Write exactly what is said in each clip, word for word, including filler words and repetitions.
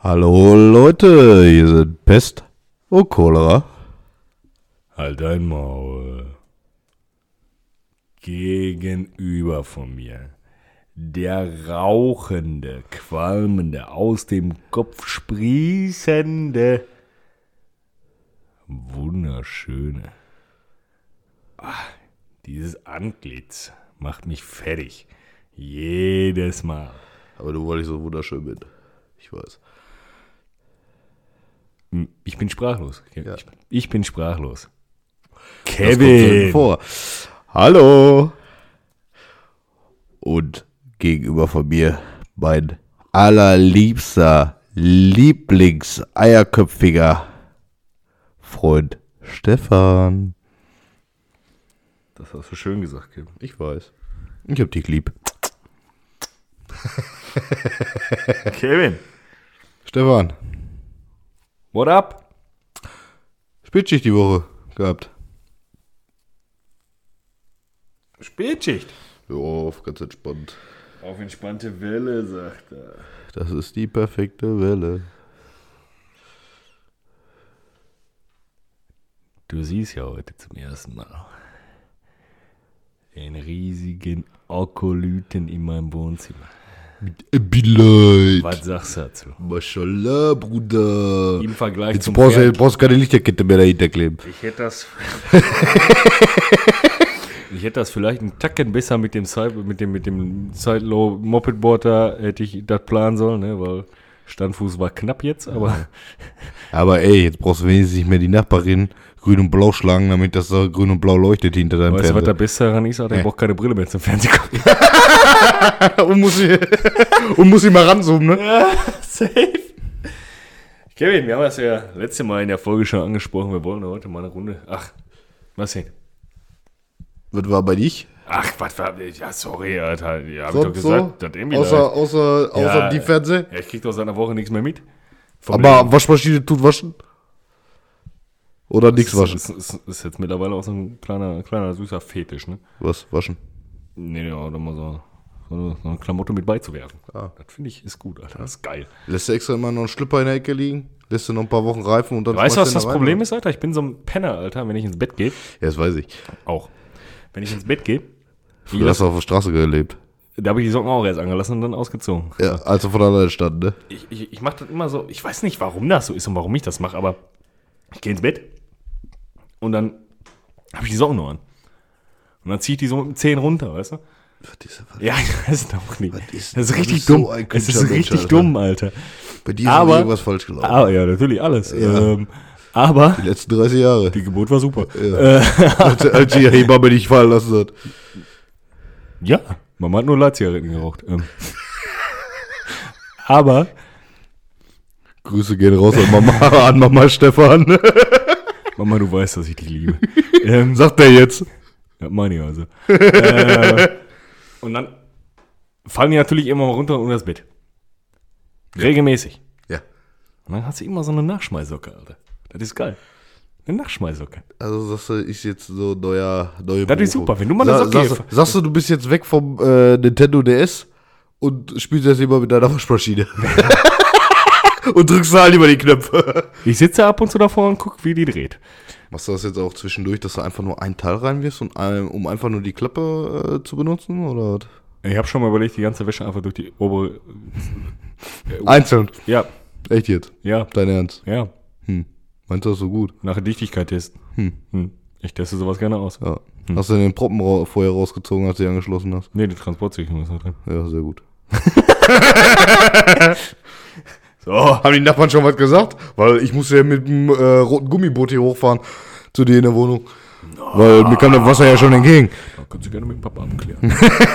Hallo Leute, hier sind Pest und Cholera. Halt dein Maul. Gegenüber von mir, der rauchende, qualmende, aus dem Kopf sprießende, wunderschöne. Ach, dieses Antlitz macht mich fertig. Jedes Mal. Aber du, weil ich so wunderschön bin. Ich weiß. Ich bin sprachlos. Ja. Ich, ich bin sprachlos. Das kommt selten Kevin. vor. Hallo. Und gegenüber von mir mein allerliebster, Lieblings-eierköpfiger Freund Stefan. Das hast du schön gesagt, Kevin. Ich weiß. Ich hab dich lieb. Kevin, Stefan, what up? Spätschicht die Woche gehabt. Spätschicht. Ja, ganz entspannt. Auf entspannte Welle, sagt er. Das ist die perfekte Welle. Du siehst ja heute zum ersten Mal den riesigen Okolyten in meinem Wohnzimmer. Beleid. Was sagst du dazu? Mashallah, Bruder. Im Vergleich Jetzt zum brauchst du Pferd, brauchst keine Lichterkette mehr dahinter kleben. ich hätte das ich hätte das vielleicht einen Tacken besser mit dem Side, mit dem mit dem Side-Low Mopedboard da hätte ich das planen sollen, ne, weil Standfuß war knapp jetzt, aber Aber ey, jetzt brauchst du wenigstens nicht mehr die Nachbarin grün und blau schlagen, damit das da grün und blau leuchtet hinter deinem weißt du, was Fernseher. der Beste daran ist? Ich brauche keine Brille mehr zum Fernsehen gucken. und, muss ich, und muss ich mal ranzoomen, ne? Ja, safe. Kevin, wir haben das ja letzte Mal in der Folge schon angesprochen. Wir wollen heute mal eine Runde. Ach, was denn? Was war bei dich? Ach, was war. Ja, sorry, Alter. Ja, hab ich doch Sonst gesagt. so? Das irgendwie Außer, außer, außer Ja. die Fernseher? ja, ich krieg doch seit einer Woche nichts mehr mit. Vom Aber Leben. Waschmaschine tut waschen? Oder nichts Das waschen? ist, ist, ist, ist jetzt mittlerweile auch so ein kleiner, kleiner süßer Fetisch, ne? Was? Waschen? Nee, ja, oder mal so, so, eine, so eine Klamotte mit beizuwerfen. Ah. Das finde ich ist gut, Alter. Das ist geil. Lässt du extra immer noch einen Schlüpper in der Ecke liegen? Lässt du noch ein paar Wochen reifen und dann Weißt du, was schmeißt das du ihn da rein, Problem oder? ist, Alter? Ich bin so ein Penner, Alter, wenn ich ins Bett gehe. Ja, das weiß ich. Auch. Wenn ich ins Bett gehe, Du hast auf der Straße gelebt. da habe ich die Socken auch erst angelassen und dann ausgezogen. Ja, als du von alleine stand, ne? Ich, ich, ich mache das immer so, ich weiß nicht, warum das so ist und warum ich das mache, aber ich gehe ins Bett und dann habe ich die Socken noch an. Und dann ziehe ich die so mit dem Zehen runter, weißt du? Was ist, was, Ja, ich weiß auch nicht. was ist, Das ist du richtig bist dumm. so ein Es ist Künstler, richtig Mensch, Alter. dumm, Alter. Bei dir ist Aber- aber irgendwas falsch gelaufen. Ah, ja, natürlich alles. Ja. Ähm, aber Die letzten dreißig Jahre. die Geburt war super. Ja. Äh, als, als die Hebamme dich fallen lassen hat. ja, Mama hat nur Leitzigaretten geraucht. Ähm. Aber Grüße gehen raus an Mama, an Mama Stefan. Mama, du weißt, dass ich dich liebe. ähm, Sagt er jetzt. Ja, meine ich also. äh, und dann fallen die natürlich immer mal runter unter das Bett. Regelmäßig. Ja. Und dann hast du immer so eine Nachschmeißsocke, Alter. Das ist geil. Eine Nachschmeißsocke. Also sagst du, ist jetzt so neuer, neue Das ist Berufung. super, wenn du mal eine Socke sagst, sagst du, du bist jetzt weg vom äh, Nintendo D S und spielst jetzt immer mit deiner Waschmaschine. und drückst halt immer die Knöpfe. Ich sitze ab und zu davor und gucke, wie die dreht. Machst du das jetzt auch zwischendurch, dass du einfach nur ein Teil reinwirfst, und, ein- um einfach nur die Klappe äh, zu benutzen? Oder? Ich habe schon mal überlegt, die ganze Wäsche einfach durch die obere... Einzeln. Ja, Echt jetzt? ja, Dein Ernst? ja. Hm. Meinst du das so gut? Nach der Dichtigkeit testen. Hm. Hm. Ich teste sowas gerne aus. Ja. Hast du den Proppen ra- vorher rausgezogen, als du die angeschlossen hast? Nee, die Transportsicherung ist noch drin. Ja, sehr gut. So. Haben die Nachbarn schon was gesagt? Weil ich musste ja mit dem äh, roten Gummiboot hier hochfahren zu dir in der Wohnung. Weil mir kam das Wasser ja schon entgegen. Da kannst du gerne mit dem Papa abklären.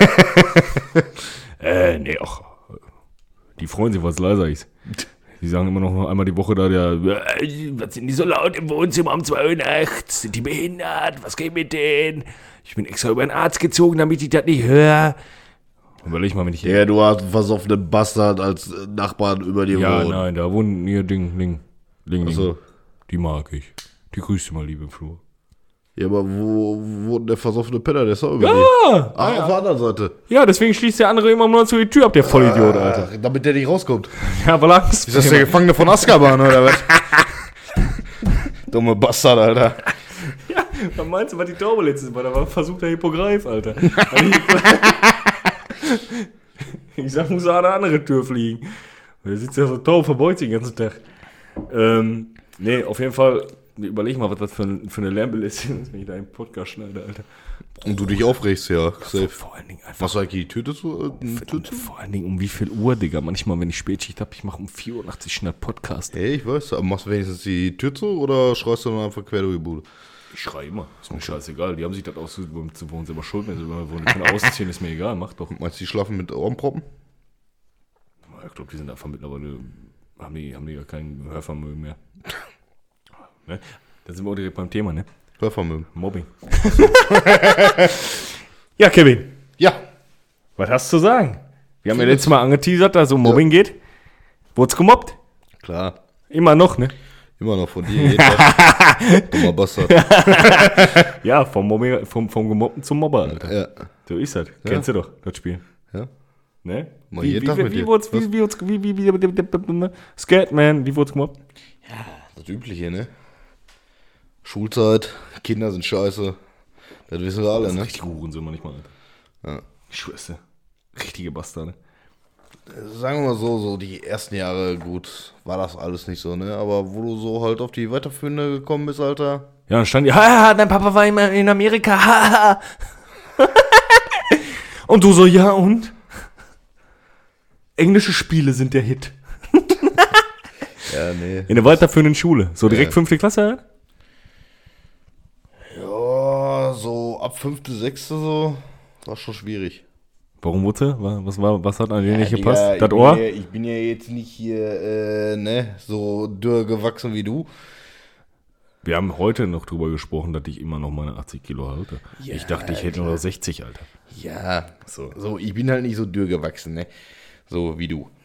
äh, nee, ach. Die freuen sich, was leiser ist. Die sagen immer noch einmal die Woche da, der, äh, was sind die so laut im Wohnzimmer um zwei Uhr nachts? Sind die behindert? Was geht mit denen? Ich bin extra über den Arzt gezogen, damit ich das nicht höre. Überleg mal, wenn ich... Ja, du hast einen versoffenen Bastard als äh, Nachbarn über dir ja, wohnen. nein, da wohnen hier Ding, Ding, Ding, Ding. Ach so. Die mag ich. Die grüßt du mal, liebe im Flur. Ja, aber wo, wo der versoffene Penner, der ist auch über Ja! Ach, auf der anderen Seite. Ja, deswegen schließt der andere immer nur so die Tür ab, der Vollidiot, Alter. Ach, damit der nicht rauskommt. Ja, weil Angst. Ist das der Gefangene von Azkaban, oder was? Dumme Bastard, Alter. Ja, was meinst du, was die Taube letztes Mal? Da war versuchter Hippogreif, Alter. Ich sag, muss an eine andere Tür fliegen. Der sitzt ja so taub, verbeugt sich den ganzen Tag. Ähm, nee, auf jeden Fall, überleg mal, was das für, ein, für eine Lärmbelästigung ist, wenn ich da einen Podcast schneide, Alter. Und du dich aufregst, ja. Safe. Vor allen Dingen einfach. Machst du eigentlich die Tür zu? Äh, Tür zu? Vor allen Dingen um wie viel Uhr, Digga? Manchmal, wenn ich Spätschicht habe, ich mache um vier Uhr nachts schnell Podcast. Hey, ich weiß. Aber machst du wenigstens die Tür zu oder schreist du dann einfach quer durch die Bude? Ich schreie immer. Ist mir scheißegal. Die haben sich das ausgesucht, zu wohnen selber schuld. Wenn sie immer wohnen, können ausziehen, ist mir egal. Mach doch. Meinst du, die schlafen mit Ohrenproppen? Ich glaube, die sind einfach mittlerweile, haben die, haben die gar kein Hörvermögen mehr. Ne? Da sind wir auch direkt beim Thema, ne? Hörvermögen. Mobbing. Ja, Kevin. Ja. Was hast du zu sagen? Wir haben ja letztes Mal angeteasert, dass es um Mobbing ja. geht. Wurd's gemobbt? Klar. Immer noch, ne? Immer noch von dir. Dummer Bastard. Ja, vom, Mobbing, vom, vom Gemobbten zum Mobber, Alter. Ja. So ist das. Ja. Kennst du doch, das Spiel. Ja. Ne? Mal Wie, jeden wie, Tag wie, mit wie, dir. wurd's, wie, wie, wurd's, wie, wie, wie, wie, Scatman, wie wurd's gemobbt? Ja, das Übliche, ne? Schulzeit, Kinder sind scheiße. Das wissen wir alle, Das ne? richtig Hurensohn manchmal, Alter. Ja. Ich schwör's dir. Richtige Bastarde. Sagen wir mal so, so die ersten Jahre, gut, war das alles nicht so, ne? Aber wo du so halt auf die Weiterführende gekommen bist, Alter. Ja, dann stand die, haha, dein Papa war immer in Amerika, haha. Und du so, ja und? Englische Spiele sind der Hit. Ja, nee. In der weiterführenden Schule. So direkt Ja. fünfte Klasse? Ja, so ab fünfte, sechste so, war schon schwierig. Warum wurde? Was, war, was hat an dir nicht Ja, gepasst? Digga, Das ich Ohr? Bin ja, ich bin ja jetzt nicht hier, äh, ne, so dürr gewachsen wie du. Wir haben heute noch drüber gesprochen, dass ich immer noch meine achtzig Kilo halte. Ja, ich dachte, ich hätte nur noch sechzig, Alter. Ja, so. so, ich bin halt nicht so dürr gewachsen, ne, so wie du.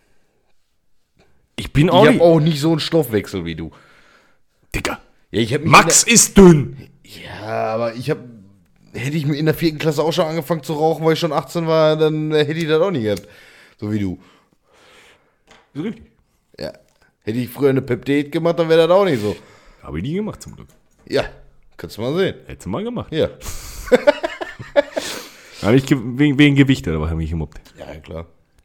Ich bin Ich auch hab nicht... auch nicht so einen Stoffwechsel wie du. Digga, Ja, ich hab mich Max ist dünn. in der, Ja, aber ich hab, hätte ich mir in der vierten Klasse auch schon angefangen zu rauchen, weil ich schon achtzehn war, dann hätte ich das auch nicht gehabt. So wie du. Ist richtig. Ja. Hätte ich früher eine Peptid gemacht, dann wäre das auch nicht so. Habe ich nie gemacht, zum Glück. Ja, kannst du mal sehen. Hättest du mal gemacht. Ja. Aber ich, ge- wegen, wegen Gewicht, oder was haben mich gemobbt? Ja, klar.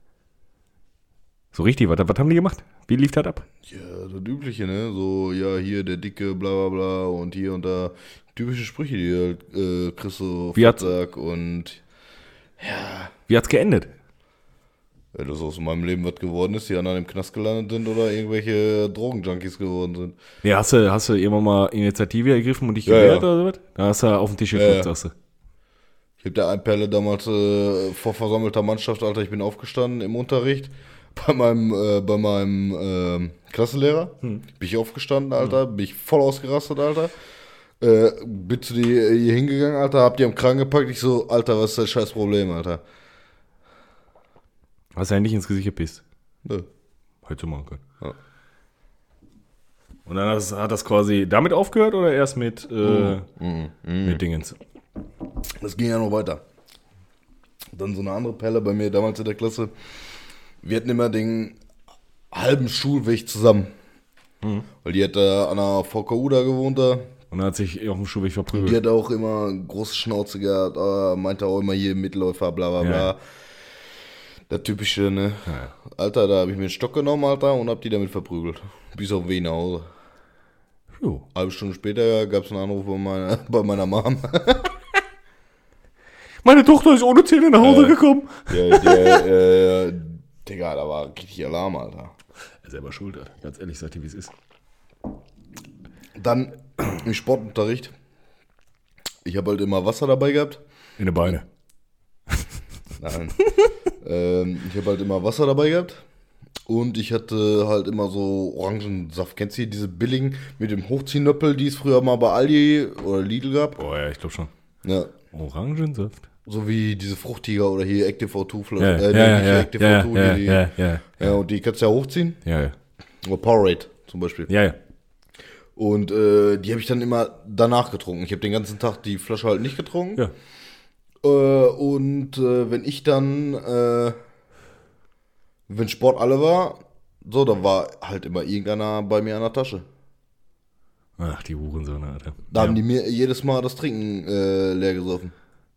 So richtig, was, was haben die gemacht? Wie lief das ab? Ja, das Übliche, ne? So, ja, hier der Dicke, bla bla bla und hier und da. Typische Sprüche, die halt äh, kriegst du Wie hat- Fettsack und Wie hat's geendet? ja, dass aus meinem Leben was geworden ist, die anderen im Knast gelandet sind oder irgendwelche Drogenjunkies geworden sind. Ja, hast du, hast du irgendwann mal Initiative ergriffen und dich Ja, gewehrt ja. oder sowas? Da hast du auf den Tisch Ja, geguckt, ja. sagst du. Ich hab der ein Perle damals äh, vor versammelter Mannschaft, Alter, ich bin aufgestanden im Unterricht. Bei meinem, äh, bei meinem äh, Klassenlehrer Hm. bin ich aufgestanden, Alter, bin ich voll ausgerastet, Alter. Äh, bin zu die hier hingegangen, Alter, hab die am Kragen gepackt. Ich so, Alter, was ist das scheiß Problem, Alter? Hast du ja nicht ins Gesicht gepisst. Nö. Hättest du machen können. Ja. Und dann hat das, hat das quasi damit aufgehört oder erst mit, äh, Mhm. mit Dingens? Das ging ja noch weiter. Dann so eine andere Perle bei mir damals in der Klasse. Wir hatten immer den halben Schulweg zusammen. Mhm. Weil die hat da an der V K U da gewohnt da. Und dann hat sich auf dem Schulweg Die verprügelt. hat auch immer eine große Schnauze gehabt, äh, meinte auch immer hier Mitläufer, bla bla bla. Ja. Das typische, ne? Ja. Alter, da habe ich mir einen Stock genommen, Alter, und hab die damit verprügelt. Bis auf Wien nach Hause. Jo. Halbe Stunde später gab es einen Anruf bei meiner, bei meiner Mom. Meine Tochter ist ohne Zähne nach Hause Äh. gekommen. Der, der, äh, Digga, da war richtig Alarm, Alter. Er ist selber schuld, Alter. Ganz ehrlich, sag dir, wie es ist. Dann im Sportunterricht. Ich habe halt immer Wasser dabei gehabt. In den Beine. Nein. ähm, ich habe halt immer Wasser dabei gehabt. Und ich hatte halt immer so Orangensaft. Kennst du diese billigen mit dem Hochziehnöppel, die es früher mal bei Aldi oder Lidl gab? Oh ja, ich glaube schon. Ja. Orangensaft. So wie diese Fruchtiger oder hier Active V zwei Flasche. Ja, äh, nee, ja, nicht ja, Active ja, V zwei, ja, die, ja, ja, ja, und die kannst du ja hochziehen. ja, ja. Oder Powerade zum Beispiel. Ja, ja. Und äh, die habe ich dann immer danach getrunken. Ich habe den ganzen Tag die Flasche halt nicht getrunken. Ja. Äh, und äh, wenn ich dann, äh, wenn Sport alle war, so, dann war halt immer irgendeiner bei mir an der Tasche. Ach, die Hurensohn, Alter. Da ja. haben die mir jedes Mal das Trinken äh, leer gesoffen.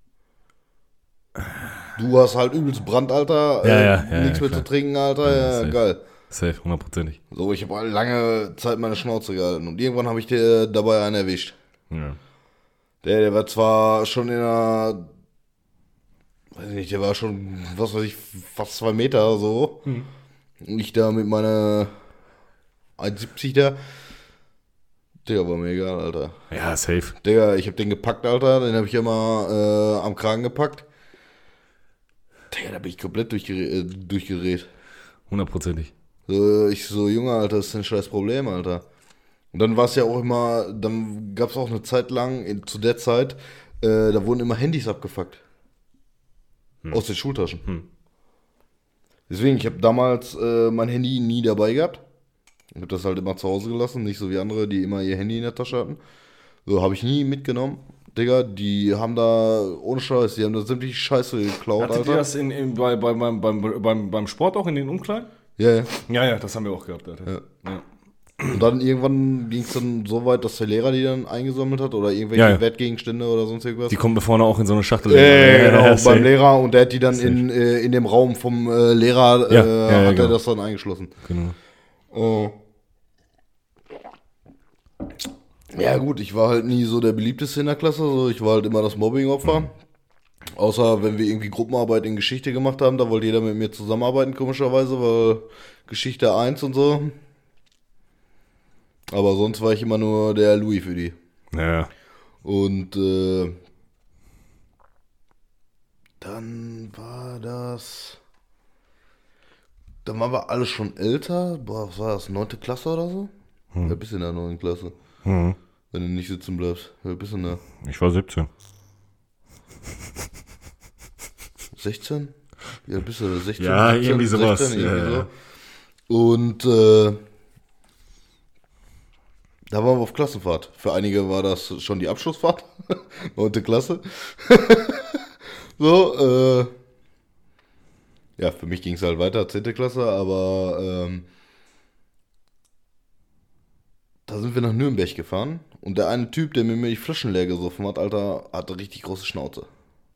Du hast halt übelst Brand, Alter. Ja, äh, ja, ja, nichts ja, mehr klar. zu trinken, Alter. Ja, Ja, safe. geil. Safe, hundertprozentig. So, ich habe lange Zeit meine Schnauze gehalten. Und irgendwann habe ich dir dabei einen erwischt. Ja. Der, der war zwar schon in einer, weiß ich nicht, der war schon, was weiß ich, fast zwei Meter so. Mhm. Und ich da mit meiner eins siebzig da. Digga, war mir egal, Alter. Ja, safe. Digga, ich hab den gepackt, Alter. Den habe ich immer äh, am Kragen gepackt. Digga, da bin ich komplett durchgere äh, durchgedreht. Hundertprozentig. So, ich so, Junge, Alter, das ist ein scheiß Problem, Alter. Und dann war es ja auch immer, dann gab es auch eine Zeit lang, in, zu der Zeit, äh, da wurden immer Handys abgefuckt. Hm. Aus den Schultaschen. Hm. Deswegen, ich habe damals äh, mein Handy nie dabei gehabt. Ich habe das halt immer zu Hause gelassen, nicht so wie andere, die immer ihr Handy in der Tasche hatten. So, habe ich nie mitgenommen. Digga, die haben da, ohne Scheiß, die haben da sämtliche Scheiße geklaut, Hattet Alter. ihr das in, in, bei, bei, beim, beim, beim, beim Sport auch in den Umkleiden? Ja, ja. Ja, ja, das haben wir auch gehabt, Alter. Ja. Ja. Und dann irgendwann ging es dann so weit, dass der Lehrer die dann eingesammelt hat oder irgendwelche Ja, ja. Wertgegenstände oder sonst irgendwas. Die kommen vorne auch in so eine Schachtel. Ja, ja, genau, Ja, beim Lehrer, und der hat die dann in, äh, in dem Raum vom äh, Lehrer, Ja, äh, ja, ja, hat er genau. das dann eingeschlossen. Genau. Oh. Ja gut, ich war halt nie so der beliebteste in der Klasse, so ich war halt immer das Mobbing-Opfer. Mhm. Außer wenn wir irgendwie Gruppenarbeit in Geschichte gemacht haben, da wollte jeder mit mir zusammenarbeiten, komischerweise, weil Geschichte eins und so. Aber sonst war ich immer nur der Louis für die. Ja. Und äh, dann war das... Dann waren wir alle schon älter. Boah, was war das? Neunte Klasse oder so? Hm. Wer bist du in der neunten Klasse? Hm. Wenn du nicht sitzen bleibst. Wer bist du da? Ich war siebzehn. sechzehn? Ja, bist du da? sechzehn? Ja, siebzehn, irgendwie sowas. sechzehn, irgendwie Ja, ja. so. Und äh, da waren wir auf Klassenfahrt. Für einige war das schon die Abschlussfahrt. Neunte Klasse. So, äh, ja, für mich ging es halt weiter, zehnte Klasse, aber ähm, da sind wir nach Nürnberg gefahren und der eine Typ, der mir die Flaschen leer gesoffen hat, Alter, hatte richtig große Schnauze.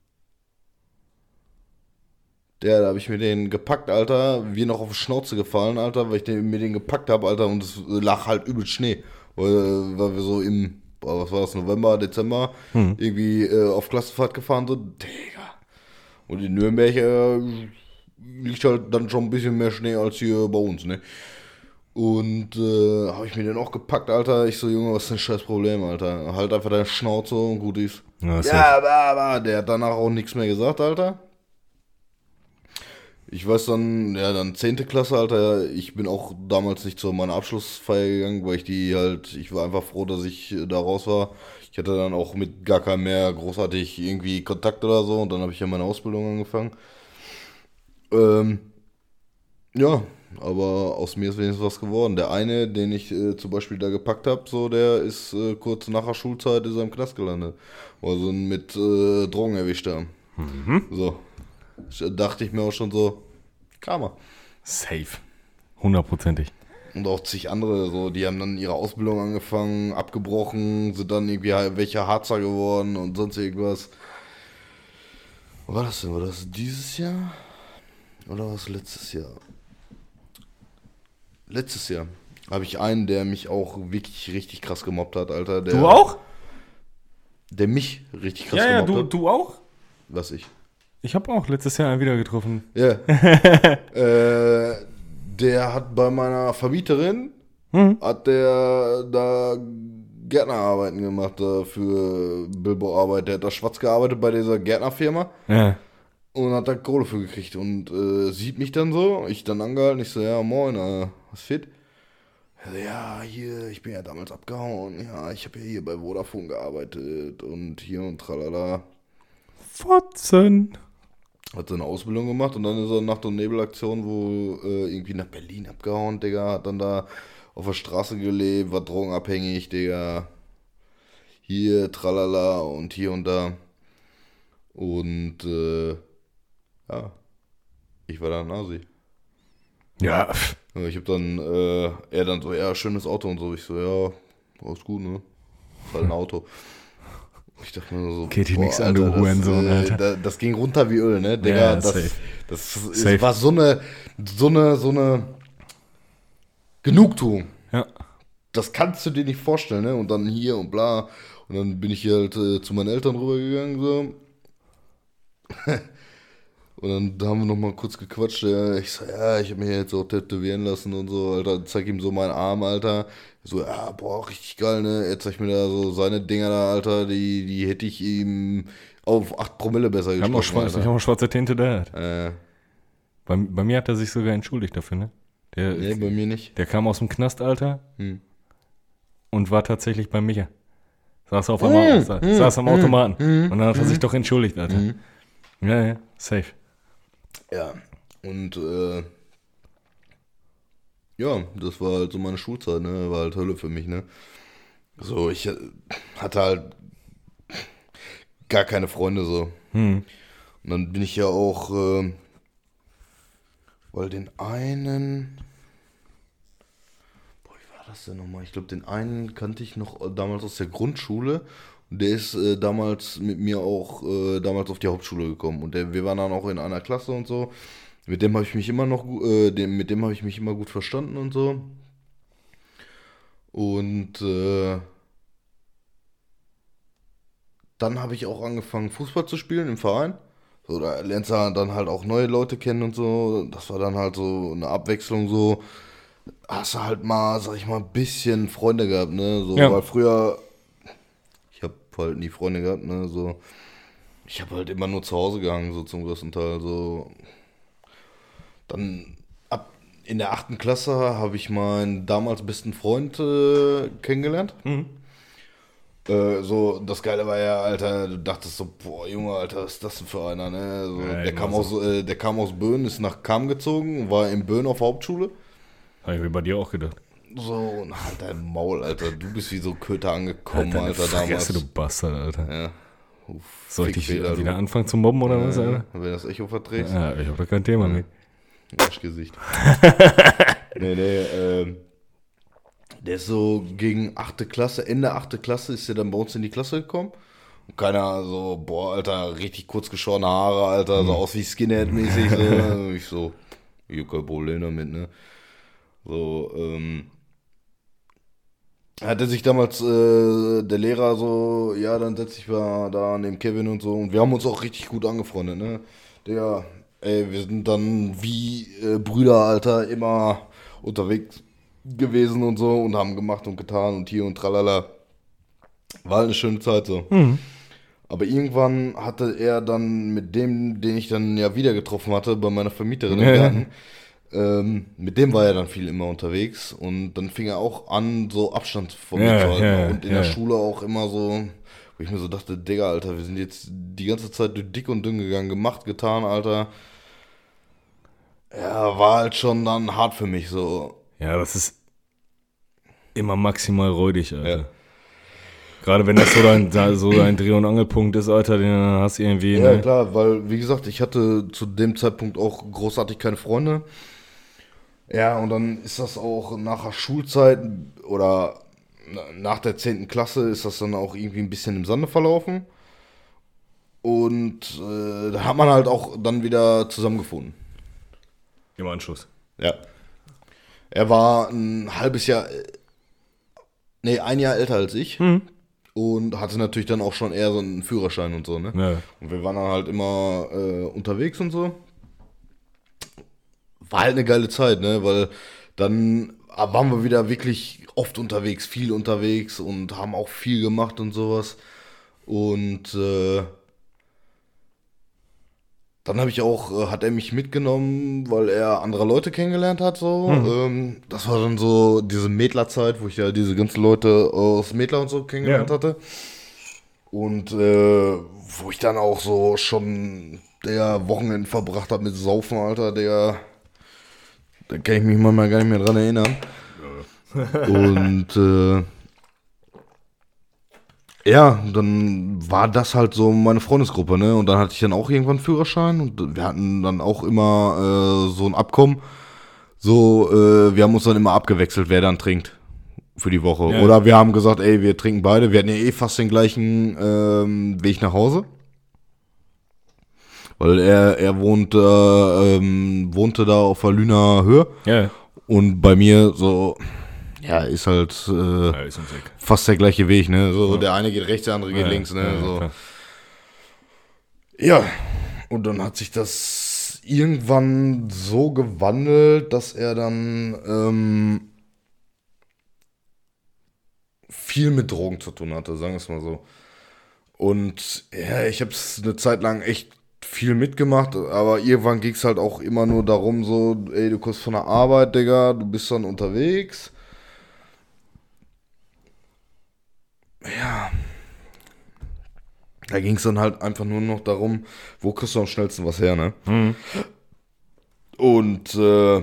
Der, da habe ich mir den gepackt, Alter, wir noch auf die Schnauze gefallen, Alter, weil ich den, mir den gepackt habe, Alter, und es lag halt übel Schnee. Weil, weil wir so im, boah, was war das, November, Dezember, hm. irgendwie äh, auf Klassenfahrt gefahren sind. Digga. Und in Nürnberg äh, liegt halt dann schon ein bisschen mehr Schnee als hier bei uns, ne? Und äh, habe ich mir den auch gepackt, Alter. Ich so, Junge, was ist denn ein scheiß Problem, Alter? Halt einfach deine Schnauze und gut ist. Ja, ja, aber, aber der hat danach auch nichts mehr gesagt, Alter. Ich weiß dann, ja, dann zehnte Klasse, Alter. Ich bin auch damals nicht zu meiner Abschlussfeier gegangen, weil ich die halt, ich war einfach froh, dass ich da raus war. Ich hatte dann auch mit gar keinem mehr großartig irgendwie Kontakt oder so, und dann habe ich ja meine Ausbildung angefangen. Ähm, ja, aber aus mir ist wenigstens was geworden. Der eine, den ich äh, zum Beispiel da gepackt habe, so, der ist äh, kurz nach der Schulzeit in seinem Knast gelandet. Also mit äh, Drogen erwischt haben. Mhm. So. Dachte ich mir auch schon so, Karma. Safe. Hundertprozentig. Und auch zig andere, so, die haben dann ihre Ausbildung angefangen, abgebrochen, sind dann irgendwie welche Harzer geworden und sonst irgendwas. Was war das denn? War das dieses Jahr? Oder war es letztes Jahr? Letztes Jahr habe ich einen, der mich auch wirklich richtig krass gemobbt hat, Alter. Der, du auch? Der mich richtig krass ja, ja, gemobbt du, hat. du auch? Was ich? Ich habe auch letztes Jahr einen wieder getroffen. Ja. äh, der hat bei meiner Vermieterin, hm. hat der da Gärtnerarbeiten gemacht, da für Billboard-Arbeit. Der hat da schwarz gearbeitet bei dieser Gärtnerfirma. Ja. Und hat da Kohle für gekriegt. Und äh, sieht mich dann so, ich dann angehalten, ich so, ja, moin, äh, was fit? Er so, ja, hier, ich bin ja damals abgehauen. Ja, ich habe ja hier bei Vodafone gearbeitet und hier und tralala. Fotzen. Hat seine Ausbildung gemacht und dann ist er nach der Nebelaktion, wo äh, irgendwie nach Berlin abgehauen, Digga, hat dann da auf der Straße gelebt, war drogenabhängig, Digga. Hier, tralala und hier und da. Und, äh, ja, ich war dann Nasi. Ja. Ja, ich hab dann, äh, er dann so, ja, schönes Auto und so. Ich so, ja, alles gut, ne? Ist halt ein Auto. Ich dachte mir so, geht dir boah, nichts an, du Alter, das, Hurensohn, äh, Alter. Da, das ging runter wie Öl, ne? Digga, Ja, das, safe. das, Safe. es war so eine, so eine, so eine Genugtuung. Ja. Das kannst du dir nicht vorstellen, ne? Und dann hier und bla. Und dann bin ich hier halt äh, zu meinen Eltern rübergegangen, so. Und dann haben wir noch mal kurz gequatscht. Ja. Ich so, ja, ich habe mich jetzt auch tätowieren lassen und so, Alter. Zeig ihm so meinen Arm, Alter. So, ja, boah, richtig geil, ne? Er zeigt mir da so seine Dinger da, Alter. Die, die hätte ich ihm auf acht Promille besser Ich habe noch, gestochen, schwarz, ich hab noch schwarze Tinte da. Äh, Bei, bei mir hat er sich sogar entschuldigt dafür, ne? Der, nee, bei mir nicht. der kam aus dem Knast, Alter, Hm. und war tatsächlich bei Micha. Saß auf einmal, Mm, sa mm, saß am mm, Automaten. mm, und dann hat er mm. sich doch entschuldigt, Alter. Mhm. Ja, ja, safe. Ja, und äh, ja, das war halt so meine Schulzeit, ne? War halt Hölle für mich, ne? So, ich äh, hatte halt gar keine Freunde so. Hm. Und dann bin ich ja auch, äh, weil den einen, boah, wie war das denn nochmal? Ich glaube, den einen kannte ich noch damals aus der Grundschule. Und der ist äh, damals mit mir auch äh, damals auf die Hauptschule gekommen. Und der, wir waren dann auch in einer Klasse und so. Mit dem habe ich mich immer noch, gu- äh, dem, mit dem habe ich mich immer gut verstanden und so. Und äh, dann habe ich auch angefangen, Fußball zu spielen im Verein. So, da lernst du dann halt auch neue Leute kennen und so. Das war dann halt so eine Abwechslung so. Hast du halt mal, sag ich mal, ein bisschen Freunde gehabt, ne? So, Ja. weil früher, ich habe halt nie Freunde gehabt, ne? So, ich habe halt immer nur zu Hause gehangen, so zum größten Teil. So, dann ab in der achten Klasse habe ich meinen damals besten Freund äh, kennengelernt. Mhm. Äh, so, das Geile war ja, Alter, du dachtest so, boah, Junge, Alter, was ist das denn für einer, ne? So, Ja, der, immer kam so. aus, äh, der kam aus Böen, ist nach Cham gezogen, war in Böen auf Hauptschule. Habe ich mir bei dir auch gedacht. So, und halt dein Maul, Alter, du bist wie so Köter angekommen, Deine Alter, Fresse, damals. du Bastard, Alter. Ja. Uff, Soll ich dich Fickfehler, wieder du. anfangen zu mobben oder was, Ja, Alter? wenn das Echo verträgst. Ja, ich habe da kein Thema mit. Arschgesicht. nee, nee, ähm. Der ist so gegen achte Klasse, Ende achte Klasse ist er dann bei uns in die Klasse gekommen. Und keiner so, boah, Alter, richtig kurz geschorene Haare, Alter, so aus wie Skinhead-mäßig. So. Ich so, ich hab kein Problem damit, ne? So, ähm. Hatte sich damals äh, der Lehrer so, ja, dann setz dich mal da neben Kevin und so. Und wir haben uns auch richtig gut angefreundet, ne? Digga, ey, wir sind dann wie äh, Brüder, Alter, immer unterwegs gewesen und so und haben gemacht und getan und hier und tralala. War halt eine schöne Zeit so. Mhm. Aber irgendwann hatte er dann mit dem, den ich dann ja wieder getroffen hatte, bei meiner Vermieterin im Ja. Garten, ähm, mit dem war er dann viel immer unterwegs und dann fing er auch an, so Abstand von mir Ja, zu halten. ja, und in ja. der Schule auch immer so, wo ich mir so dachte, Digga, Alter, wir sind jetzt die ganze Zeit durch dick und dünn gegangen, gemacht, getan, Alter. Ja, war halt schon dann hart für mich so. Ja, das ist immer maximal räudig, Alter. Ja. Gerade wenn das so dein, so dein Dreh- und Angelpunkt ist, Alter, den hast du irgendwie. Ja, Ne? klar, weil, wie gesagt, ich hatte zu dem Zeitpunkt auch großartig keine Freunde. Ja, und dann ist das auch nach der Schulzeit oder na- nach der zehnten Klasse ist das dann auch irgendwie ein bisschen im Sande verlaufen. Und äh, da hat man halt auch dann wieder zusammengefunden. Im Anschluss. Ja. Er war ein halbes Jahr, äh, nee, ein Jahr älter als ich. Mhm. Und hatte natürlich dann auch schon eher so einen Führerschein und so, ne? Ja. Und wir waren dann halt immer äh, unterwegs und so. War halt eine geile Zeit, ne? Weil dann waren wir wieder wirklich oft unterwegs, viel unterwegs und haben auch viel gemacht und sowas. Und äh, dann habe ich auch, äh, hat er mich mitgenommen, weil er andere Leute kennengelernt hat, so. Ähm, das war dann so diese Mädlerzeit, wo ich ja diese ganzen Leute aus Mädler und so kennengelernt Ja. hatte. Und äh, wo ich dann auch so schon der Wochenende verbracht habe mit Saufen, Alter, der, da kann ich mich manchmal gar nicht mehr dran erinnern. Und äh, ja, dann war das halt so meine Freundesgruppe, ne? Und dann hatte ich dann auch irgendwann einen Führerschein und wir hatten dann auch immer äh, so ein Abkommen. So, äh, wir haben uns dann immer abgewechselt, wer dann trinkt für die Woche. Ja. Oder wir haben gesagt, ey, wir trinken beide. Wir hatten ja eh fast den gleichen ähm, Weg nach Hause. Weil er, er wohnt, äh, ähm, wohnte da auf der Lüner Höhe. Ja. Und bei mir so, ja, ist halt äh, Ja, ist uns weg. fast der gleiche Weg, ne? So, der eine geht rechts, der andere geht Ja, links, ne? ja, so. klar. Ja, und dann hat sich das irgendwann so gewandelt, dass er dann ähm, viel mit Drogen zu tun hatte, sagen wir es mal so. Und ja, ich habe es eine Zeit lang echt viel mitgemacht, aber irgendwann ging es halt auch immer nur darum, so, ey, du kommst von der Arbeit, Digga, du bist dann unterwegs. Ja. Da ging es dann halt einfach nur noch darum, wo kriegst du am schnellsten was her, ne? Mhm. Und äh,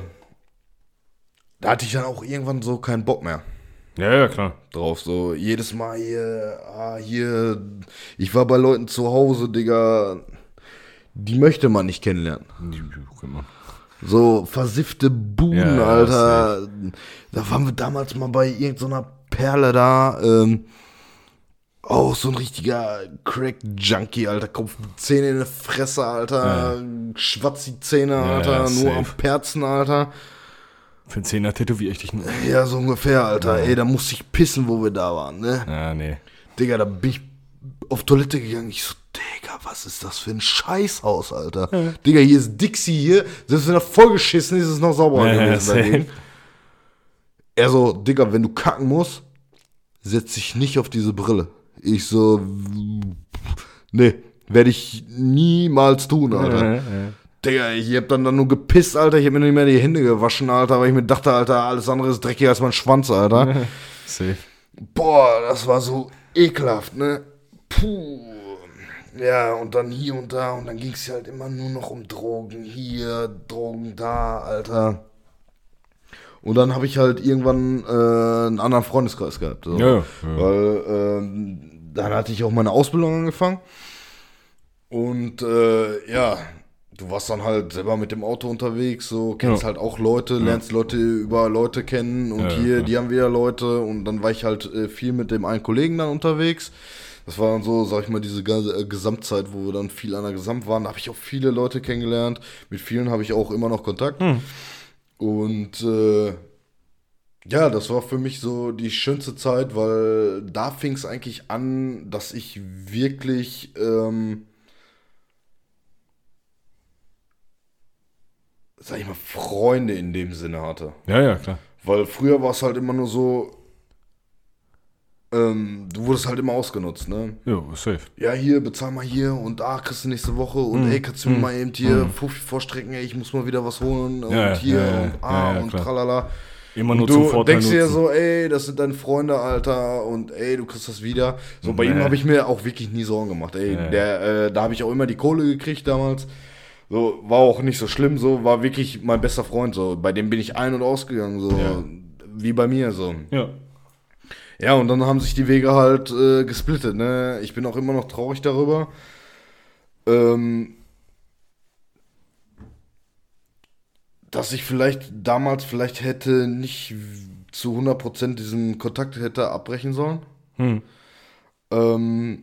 da hatte ich dann auch irgendwann so keinen Bock mehr Ja, ja, klar. drauf. So jedes Mal hier, ah, hier, ich war bei Leuten zu Hause, Digga, die möchte man nicht kennenlernen. Die- guck mal. So versiffte Buden, Ja, ja, Alter. Da waren wir damals mal bei irgendeiner Perle da, ähm, auch so ein richtiger Crack-Junkie, Alter. Kopf, Zähne in der Fresse, Alter. Schwatzi Zähne, Ja, Alter. ja, Nur safe. am Perzen, Alter. Für einen Zehner tätowiere ich dich nur. Ja, so ungefähr, Alter. Ey, da musste ich pissen, wo wir da waren, ne? Ja, nee. Digga, da bin ich auf Toilette gegangen. Ich so, Digga, was ist das für ein Scheißhaus, Alter? Digga, hier ist Dixie hier. Selbst wenn er vollgeschissen ist, ist es noch sauberer Ja, ja, gewesen safe. dagegen. Er so, Digga, wenn du kacken musst, setz dich nicht auf diese Brille. Ich so, nee, werde ich niemals tun, Alter. Ja, ja. Digga, ich hab dann, dann nur gepisst, Alter. Ich hab mir nicht mehr die Hände gewaschen, Alter, weil ich mir dachte, Alter, alles andere ist dreckiger als mein Schwanz, Alter. Safe. Boah, das war so ekelhaft, ne? Puh. Ja, und dann hier und da. Und dann ging es halt immer nur noch um Drogen. Hier, Drogen da, Alter. Und dann habe ich halt irgendwann äh, einen anderen Freundeskreis gehabt. So. Ja, ja. Weil ähm, dann hatte ich auch meine Ausbildung angefangen. Und äh, ja, du warst dann halt selber mit dem Auto unterwegs, so, kennst Ja. halt auch Leute, lernst Leute über Leute kennen und Ja, hier, klar. die haben wieder Leute und dann war ich halt äh, viel mit dem einen Kollegen dann unterwegs. Das war dann so, sag ich mal, diese ganze, äh, Gesamtzeit, wo wir dann viel an der Gesamt waren. Da habe ich auch viele Leute kennengelernt. Mit vielen habe ich auch immer noch Kontakt. Hm. Und äh, ja, das war für mich so die schönste Zeit, weil da fing es eigentlich an, dass ich wirklich ähm, sag ich mal, Freunde in dem Sinne hatte. Ja, ja, klar. Weil früher war es halt immer nur so, ähm, du wurdest halt immer ausgenutzt, ne? Ja, safe. Ja, hier, bezahl mal hier und ah, kriegst du nächste Woche und Mm, ey, kannst du mir mm, mal eben hier mm. Fuffi vorstrecken, ey, ich muss mal wieder was holen und Ja, hier ja, ja, und ah ja, ja, und klar. tralala. Immer nur Und zum du Vorteil denkst dir nutzen. so, ey, das sind deine Freunde, Alter, und ey, du kriegst das wieder. So, bei Nee. ihm habe ich mir auch wirklich nie Sorgen gemacht, ey. Ja. Der, äh, da habe ich auch immer die Kohle gekriegt damals. So, war auch nicht so schlimm, so, war wirklich mein bester Freund, so. Bei dem bin ich ein- und ausgegangen, so, Ja. wie bei mir, so. Ja. Ja, und dann haben sich die Wege halt äh, gesplittet, ne. Ich bin auch immer noch traurig darüber. Ähm, dass ich vielleicht damals vielleicht hätte nicht zu hundert Prozent diesen Kontakt hätte abbrechen sollen. Hm. Ähm,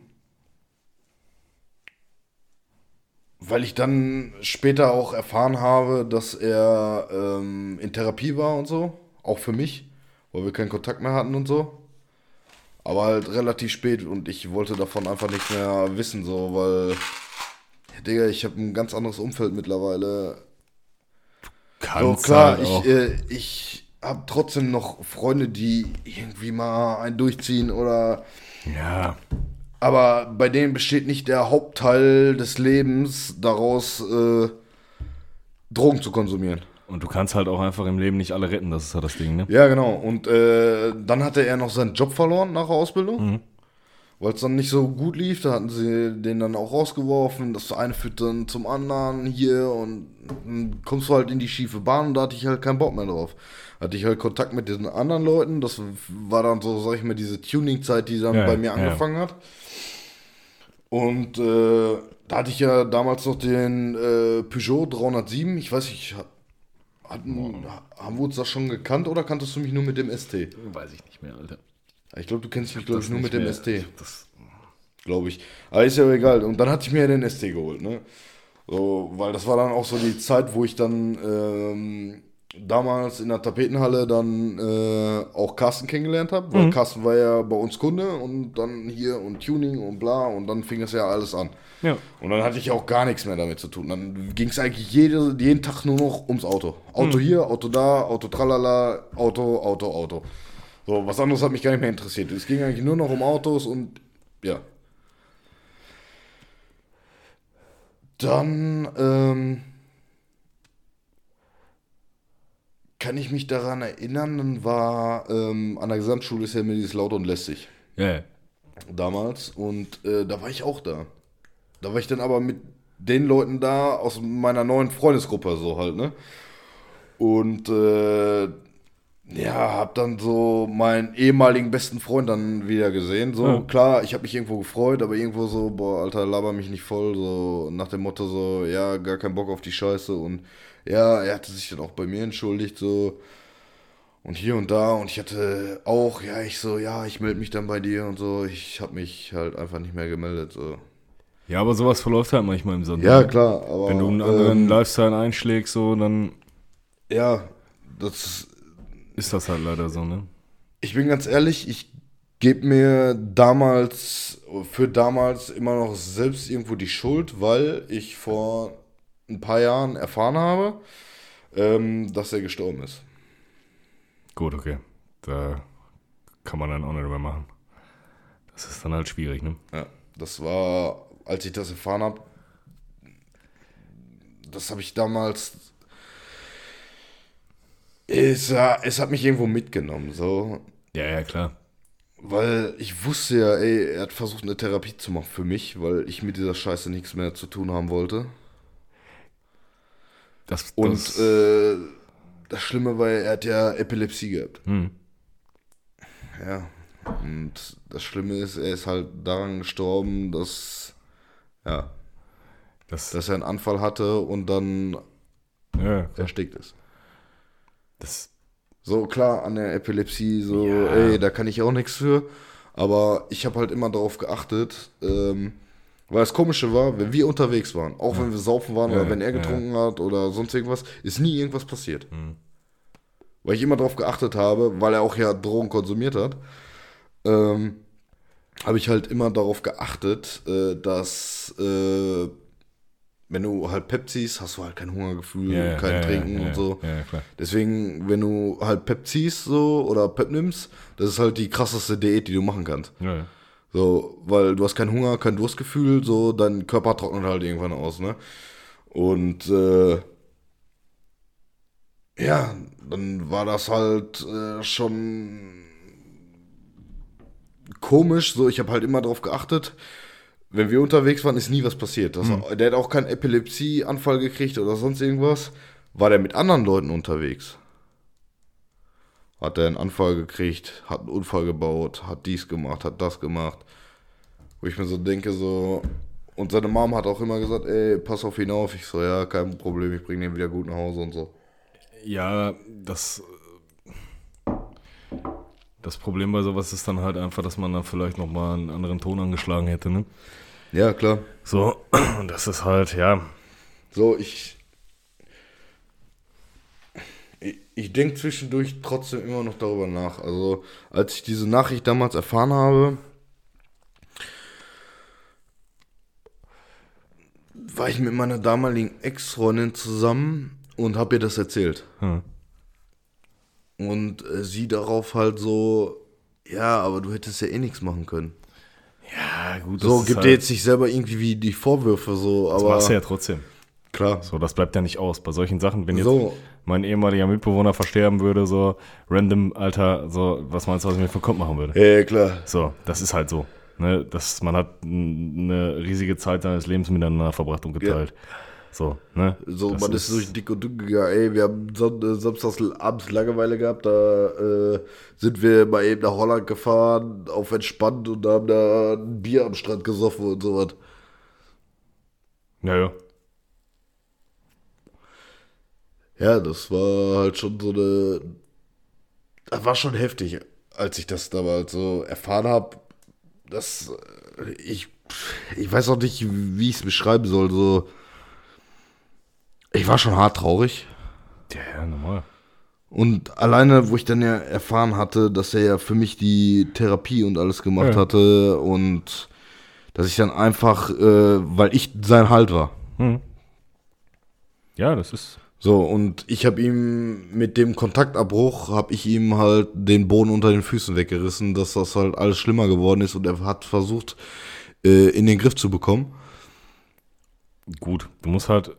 weil ich dann später auch erfahren habe, dass er ähm, in Therapie war und so, auch für mich, weil wir keinen Kontakt mehr hatten und so. Aber halt relativ spät und ich wollte davon einfach nichts mehr wissen, so, weil, ja, Digga, ich habe ein ganz anderes Umfeld mittlerweile. So, Kannst klar, halt auch. ich, äh, ich habe trotzdem noch Freunde, die irgendwie mal einen durchziehen oder. Ja. Aber bei denen besteht nicht der Hauptteil des Lebens daraus, äh, Drogen zu konsumieren. Und du kannst halt auch einfach im Leben nicht alle retten, das ist ja das Ding, ne? Ja, genau. Und äh, dann hatte er noch seinen Job verloren nach der Ausbildung. Mhm. weil es dann nicht so gut lief, da hatten sie den dann auch rausgeworfen, das eine führt dann zum anderen hier und dann kommst du halt in die schiefe Bahn und da hatte ich halt keinen Bock mehr drauf. Hatte ich halt Kontakt mit diesen anderen Leuten, das war dann so, sag ich mal, diese Tuning-Zeit, die dann Ja, bei mir ja. angefangen hat. Und äh, da hatte ich ja damals noch den äh, Peugeot dreihundertsieben, ich weiß nicht, hatten, haben wir uns das schon gekannt oder kanntest du mich nur mit dem S T? Weiß ich nicht mehr, Alter. Ich glaube, du kennst mich, glaube ich, Das nur nicht mit dem mehr. S T. Das, Glaube ich. Aber ist ja egal. Und dann hatte ich mir den S T geholt, ne? So, weil das war dann auch so die Zeit, wo ich dann ähm, damals in der Tapetenhalle dann äh, auch Carsten kennengelernt habe. Weil Mhm. Carsten war ja bei uns Kunde und dann hier und Tuning und bla und dann fing es ja alles an. ja. Und dann hatte ich auch gar nichts mehr damit zu tun. Dann ging es eigentlich jede, jeden Tag nur noch ums Auto. Auto hier, Auto da, Auto tralala, Auto, Auto, Auto. So, was anderes hat mich gar nicht mehr interessiert. Es ging eigentlich nur noch um Autos und ja. Dann ähm, kann ich mich daran erinnern, dann war ähm, an der Gesamtschule ist ja mir dieses Laut und Lästig Ja, ja. damals und äh, da war ich auch da. Da war ich dann aber mit den Leuten da aus meiner neuen Freundesgruppe so halt, ne? Und äh, ja, hab dann so meinen ehemaligen besten Freund dann wieder gesehen. So, Ja. klar, ich habe mich irgendwo gefreut, aber irgendwo so, boah, Alter, laber mich nicht voll. So nach dem Motto so, ja, gar keinen Bock auf die Scheiße. Und ja, er hatte sich dann auch bei mir entschuldigt, so. Und hier und da. Und ich hatte auch, ja, ich so, ja, ich melde mich dann bei dir und so. Ich habe mich halt einfach nicht mehr gemeldet, so. Ja, aber sowas verläuft halt manchmal im Sand. Ja, klar, aber. Wenn du einen anderen ähm, Lifestyle einschlägst, so, dann ja, das. ist das halt leider so, ne? Ich bin ganz ehrlich, ich gebe mir damals, für damals immer noch selbst irgendwo die Schuld, weil ich vor ein paar Jahren erfahren habe, ähm, dass er gestorben ist. Gut, okay. Da kann man dann auch nicht mehr machen. Das ist dann halt schwierig, ne? Ja, das war, als ich das erfahren habe, das habe ich damals, es, ja, es hat mich irgendwo mitgenommen, so. Ja, ja, klar. Weil ich wusste ja, ey, er hat versucht, eine Therapie zu machen für mich, weil ich mit dieser Scheiße nichts mehr zu tun haben wollte. Das, Und das, äh, das Schlimme war, er hat ja Epilepsie gehabt. hm. Ja. Und das Schlimme ist, er ist halt daran gestorben, dass, ja, das, dass er einen Anfall hatte und dann ja, klar. erstickt ist. Das, So, klar, an der Epilepsie, so, Ja. ey, da kann ich auch nichts für. Aber ich habe halt immer darauf geachtet, ähm, weil das Komische war, wenn wir unterwegs waren, auch wenn wir saufen waren Ja, oder wenn er ja, getrunken hat oder sonst irgendwas, ist nie irgendwas passiert. hm. Weil ich immer darauf geachtet habe, weil er auch ja Drogen konsumiert hat, ähm, habe ich halt immer darauf geachtet, äh, dass äh, wenn du halt Pep ziehst, hast du halt kein Hungergefühl, Ja, ja, kein ja, Trinken ja, und so. Ja, ja, klar. Deswegen, wenn du halt Pep ziehst so oder Pep nimmst, das ist halt die krasseste Diät, die du machen kannst. Ja, ja. So, weil du hast keinen Hunger, kein Durstgefühl, so, dein Körper trocknet halt irgendwann aus, ne? Und äh, ja, dann war das halt äh, schon komisch, so, ich habe halt immer darauf geachtet, wenn wir unterwegs waren, ist nie was passiert. Das, Hm. Der hat auch keinen Epilepsieanfall gekriegt oder sonst irgendwas. War der mit anderen Leuten unterwegs? Hat er einen Anfall gekriegt, hat einen Unfall gebaut, hat dies gemacht, hat das gemacht. Wo ich mir so denke, so. Und seine Mom hat auch immer gesagt, ey, pass auf ihn auf. Ich so, ja, kein Problem, ich bringe den wieder gut nach Hause und so. Ja, das. Das Problem bei sowas ist dann halt einfach, dass man dann vielleicht nochmal einen anderen Ton angeschlagen hätte, ne? Ja, klar. So, und das ist halt, ja. So, ich. Ich, ich denke zwischendurch trotzdem immer noch darüber nach. Also, als ich diese Nachricht damals erfahren habe, war ich mit meiner damaligen Ex-Freundin zusammen und habe ihr das erzählt. Hm. Und äh, sie darauf halt so, ja, aber du hättest ja eh nichts machen können. Ja, gut. So, ist gibt halt, dir jetzt sich selber irgendwie wie die Vorwürfe so, das aber machst du ja trotzdem. klar. So, das bleibt ja nicht aus. Bei solchen Sachen, wenn jetzt So, mein ehemaliger Mitbewohner versterben würde, so random, Alter, so, was meinst du, was ich mir für einen Kopf machen würde? ja, ja, klar. So, das ist halt so. Ne? Das, man hat n- eine riesige Zeit seines Lebens miteinander verbracht und geteilt. Ja. So, ne? So, das man ist, ist durch dick und dünn gegangen. Ey, wir haben Son äh, samstags abends Langeweile gehabt, da äh, sind wir mal eben nach Holland gefahren, auf entspannt und haben da ein Bier am Strand gesoffen und sowas. Ja, ja. Ja, das war halt schon so eine. Das war schon heftig, als ich das damals so erfahren habe. Dass ich. Ich weiß auch nicht, wie ich es beschreiben soll. So. Ich war schon hart traurig. Ja, ja, normal. Und alleine, wo ich dann ja erfahren hatte, dass er ja für mich die Therapie und alles gemacht ja. hatte und dass ich dann einfach, äh, weil ich sein Halt war. Hm. Ja, das ist... So, und ich habe ihm mit dem Kontaktabbruch, habe ich ihm halt den Boden unter den Füßen weggerissen, dass das halt alles schlimmer geworden ist und er hat versucht, äh, in den Griff zu bekommen. Gut, du musst halt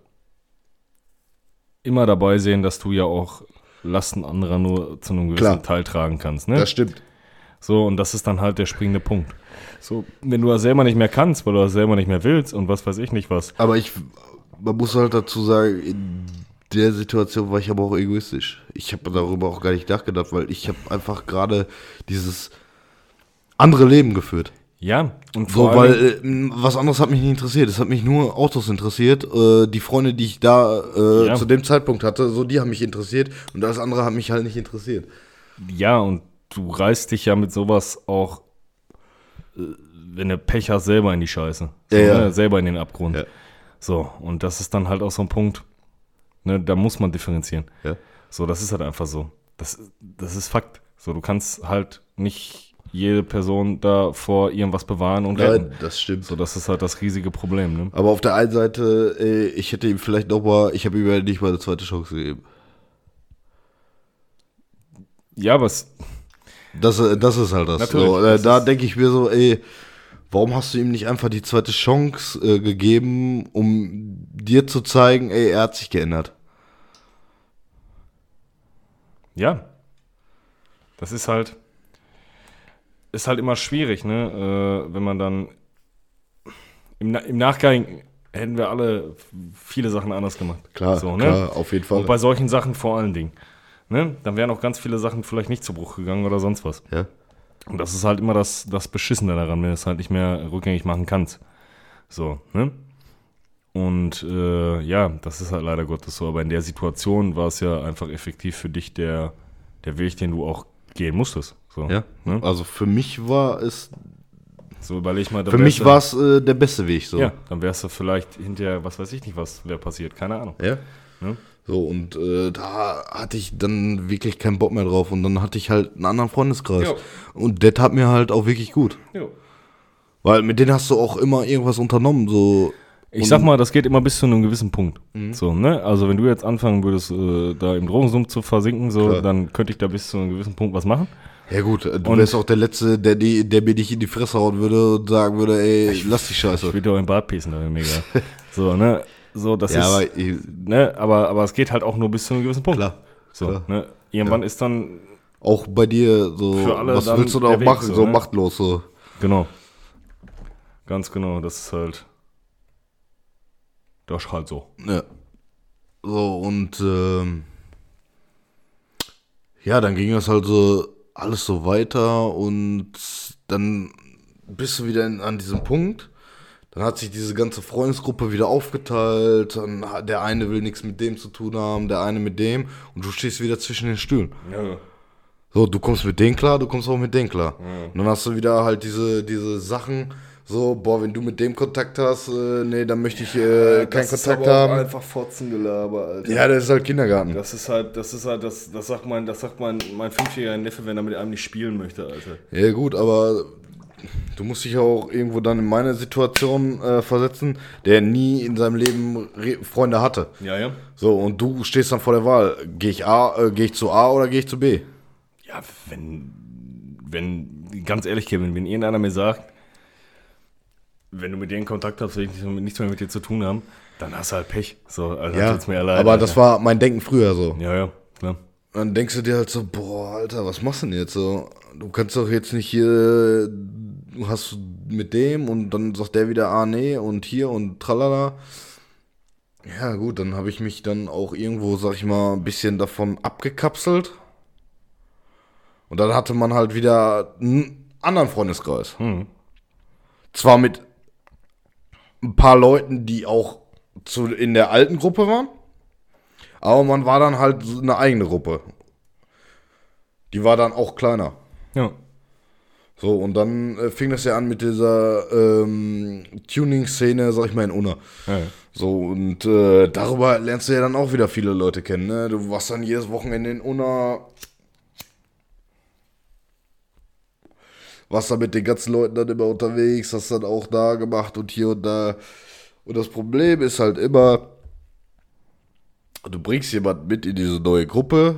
immer dabei sehen, dass du ja auch Lasten anderer nur zu einem gewissen Klar. Teil tragen kannst. Ne? Das stimmt. So, und das ist dann halt der springende Punkt. So, wenn du das selber nicht mehr kannst, weil du das selber nicht mehr willst und was weiß ich nicht was. Aber ich, man muss halt dazu sagen, in der Situation war ich aber auch egoistisch. Ich habe darüber auch gar nicht nachgedacht, weil ich habe einfach gerade dieses andere Leben geführt. Ja, und So, vor weil allem, äh, was anderes hat mich nicht interessiert. Es hat mich nur Autos interessiert. Äh, die Freunde, die ich da äh, Ja. zu dem Zeitpunkt hatte, so die haben mich interessiert und alles andere hat mich halt nicht interessiert. ja, und du reißt dich ja mit sowas auch, äh, wenn du Pech hast, selber in die Scheiße. So, Ja, ja. Ne? Selber in den Abgrund. Ja. So, und das ist dann halt auch so ein Punkt, ne? Da muss man differenzieren. Ja. So, das ist halt einfach so. Das, das ist Fakt. So, du kannst halt nicht jede Person da vor irgendwas bewahren und retten. Nein, das stimmt. So, das ist halt das riesige Problem, ne? Aber auf der einen Seite, äh, ich hätte ihm vielleicht noch mal, ich habe ihm ja nicht mal eine zweite Chance gegeben. Ja, was, Das, äh, das ist halt das. Natürlich, So, äh, das da ist- denke ich mir so, ey, warum hast du ihm nicht einfach die zweite Chance äh, gegeben, um dir zu zeigen, ey, er hat sich geändert. ja. Das ist halt, ist halt immer schwierig, ne? Äh, wenn man dann, im, Na- im Nachgang hätten wir alle viele Sachen anders gemacht. Klar, so, ne? klar, auf jeden Fall. Und bei solchen Sachen vor allen Dingen. Ne? Dann wären auch ganz viele Sachen vielleicht nicht zu Bruch gegangen oder sonst was. Ja. Und das ist halt immer das, das Beschissene daran, wenn du es halt nicht mehr rückgängig machen kannst. So, ne? Und äh, ja, das ist halt leider Gottes so. Aber in der Situation war es ja einfach effektiv für dich der, der Weg, den du auch gehen musstest. So, Ja. ne? Also für mich war es, So überleg mal. dann für wärst mich du- war es äh, der beste Weg. So. Ja, dann wärst du vielleicht hinterher, was weiß ich nicht, was wäre passiert. Keine Ahnung. Ja. Ne? So, und äh, da hatte ich dann wirklich keinen Bock mehr drauf. Und dann hatte ich halt einen anderen Freundeskreis. Jo. Und der tat mir halt auch wirklich gut. Jo. Weil mit denen hast du auch immer irgendwas unternommen. So. Ich Und- sag mal, das geht immer bis zu einem gewissen Punkt. So, ne? Also wenn du jetzt anfangen würdest, äh, da im Drogensumpf zu versinken, so, Klar. dann könnte ich da bis zu einem gewissen Punkt was machen. Ja gut, äh, du Und- wärst auch der Letzte, der, die, der mir nicht in die Fresse hauen würde und sagen würde, ey, lass die Scheiße. Ich würde auch im Bad pießen, da wäre mega. So, ne? So, das Ja, ist, aber ich, ne? Aber, aber es geht halt auch nur bis zu einem gewissen Punkt. klar. So, klar. ne? Irgendwann ist dann, Auch bei dir, so, Für alle was dann willst du da der auch Weg, machen, so, so ne? machtlos, so. genau. Ganz genau, das ist halt, das ist halt so. Ja. So, und, ähm, ja, dann ging das halt so alles so weiter und dann bist du wieder in, an diesem Punkt. Dann hat sich diese ganze Freundesgruppe wieder aufgeteilt. Dann hat, der eine will nichts mit dem zu tun haben, der eine mit dem. Und du stehst wieder zwischen den Stühlen. Ja. So, du kommst mit denen klar, du kommst auch mit denen klar. Und dann hast du wieder halt diese, diese Sachen, so, boah, wenn du mit dem Kontakt hast, äh, nee, dann möchte ich äh, keinen Kontakt haben. einfach Fotzengelaber, Alter. Ja, das ist halt Kindergarten. Das ist halt, das ist halt, das, das sagt mein, das sagt mein, mein fünfjähriger Neffe, wenn er mit einem nicht spielen möchte, Alter. Ja gut, aber du musst dich ja auch irgendwo dann in meine Situation äh, versetzen, der nie in seinem Leben Re Freunde hatte. Ja, ja. So, und du stehst dann vor der Wahl, gehe ich A, äh, gehe ich zu A oder gehe ich zu B? Ja, wenn, wenn, ganz ehrlich, Kevin, wenn irgendeiner mir sagt, wenn du mit denen Kontakt hast, will ich nichts mehr- nichts mehr mit dir zu tun haben, dann hast du halt Pech. So, also Ja, tut's mir ja leid, aber Alter. das war mein Denken früher so. Ja, ja, klar. Dann denkst du dir halt so, boah, Alter, was machst du denn jetzt so? Du kannst doch jetzt nicht hier hast mit dem und dann sagt der wieder, ah nee und hier und tralala. Ja gut, dann habe ich mich dann auch irgendwo, sag ich mal, ein bisschen davon abgekapselt. Und dann hatte man halt wieder einen anderen Freundeskreis. Hm. Zwar mit ein paar Leuten, die auch zu, in der alten Gruppe waren, aber man war dann halt so eine eigene Gruppe. Die war dann auch kleiner. Ja. So, und dann äh, fing das ja an mit dieser ähm, Tuning-Szene, sag ich mal, in Unna. Ja, ja. So, und äh, darüber lernst du ja dann auch wieder viele Leute kennen, ne? Du warst dann jedes Wochenende in Unna, warst dann mit den ganzen Leuten dann immer unterwegs, hast dann auch da gemacht und hier und da. Und das Problem ist halt immer, du bringst jemanden mit in diese neue Gruppe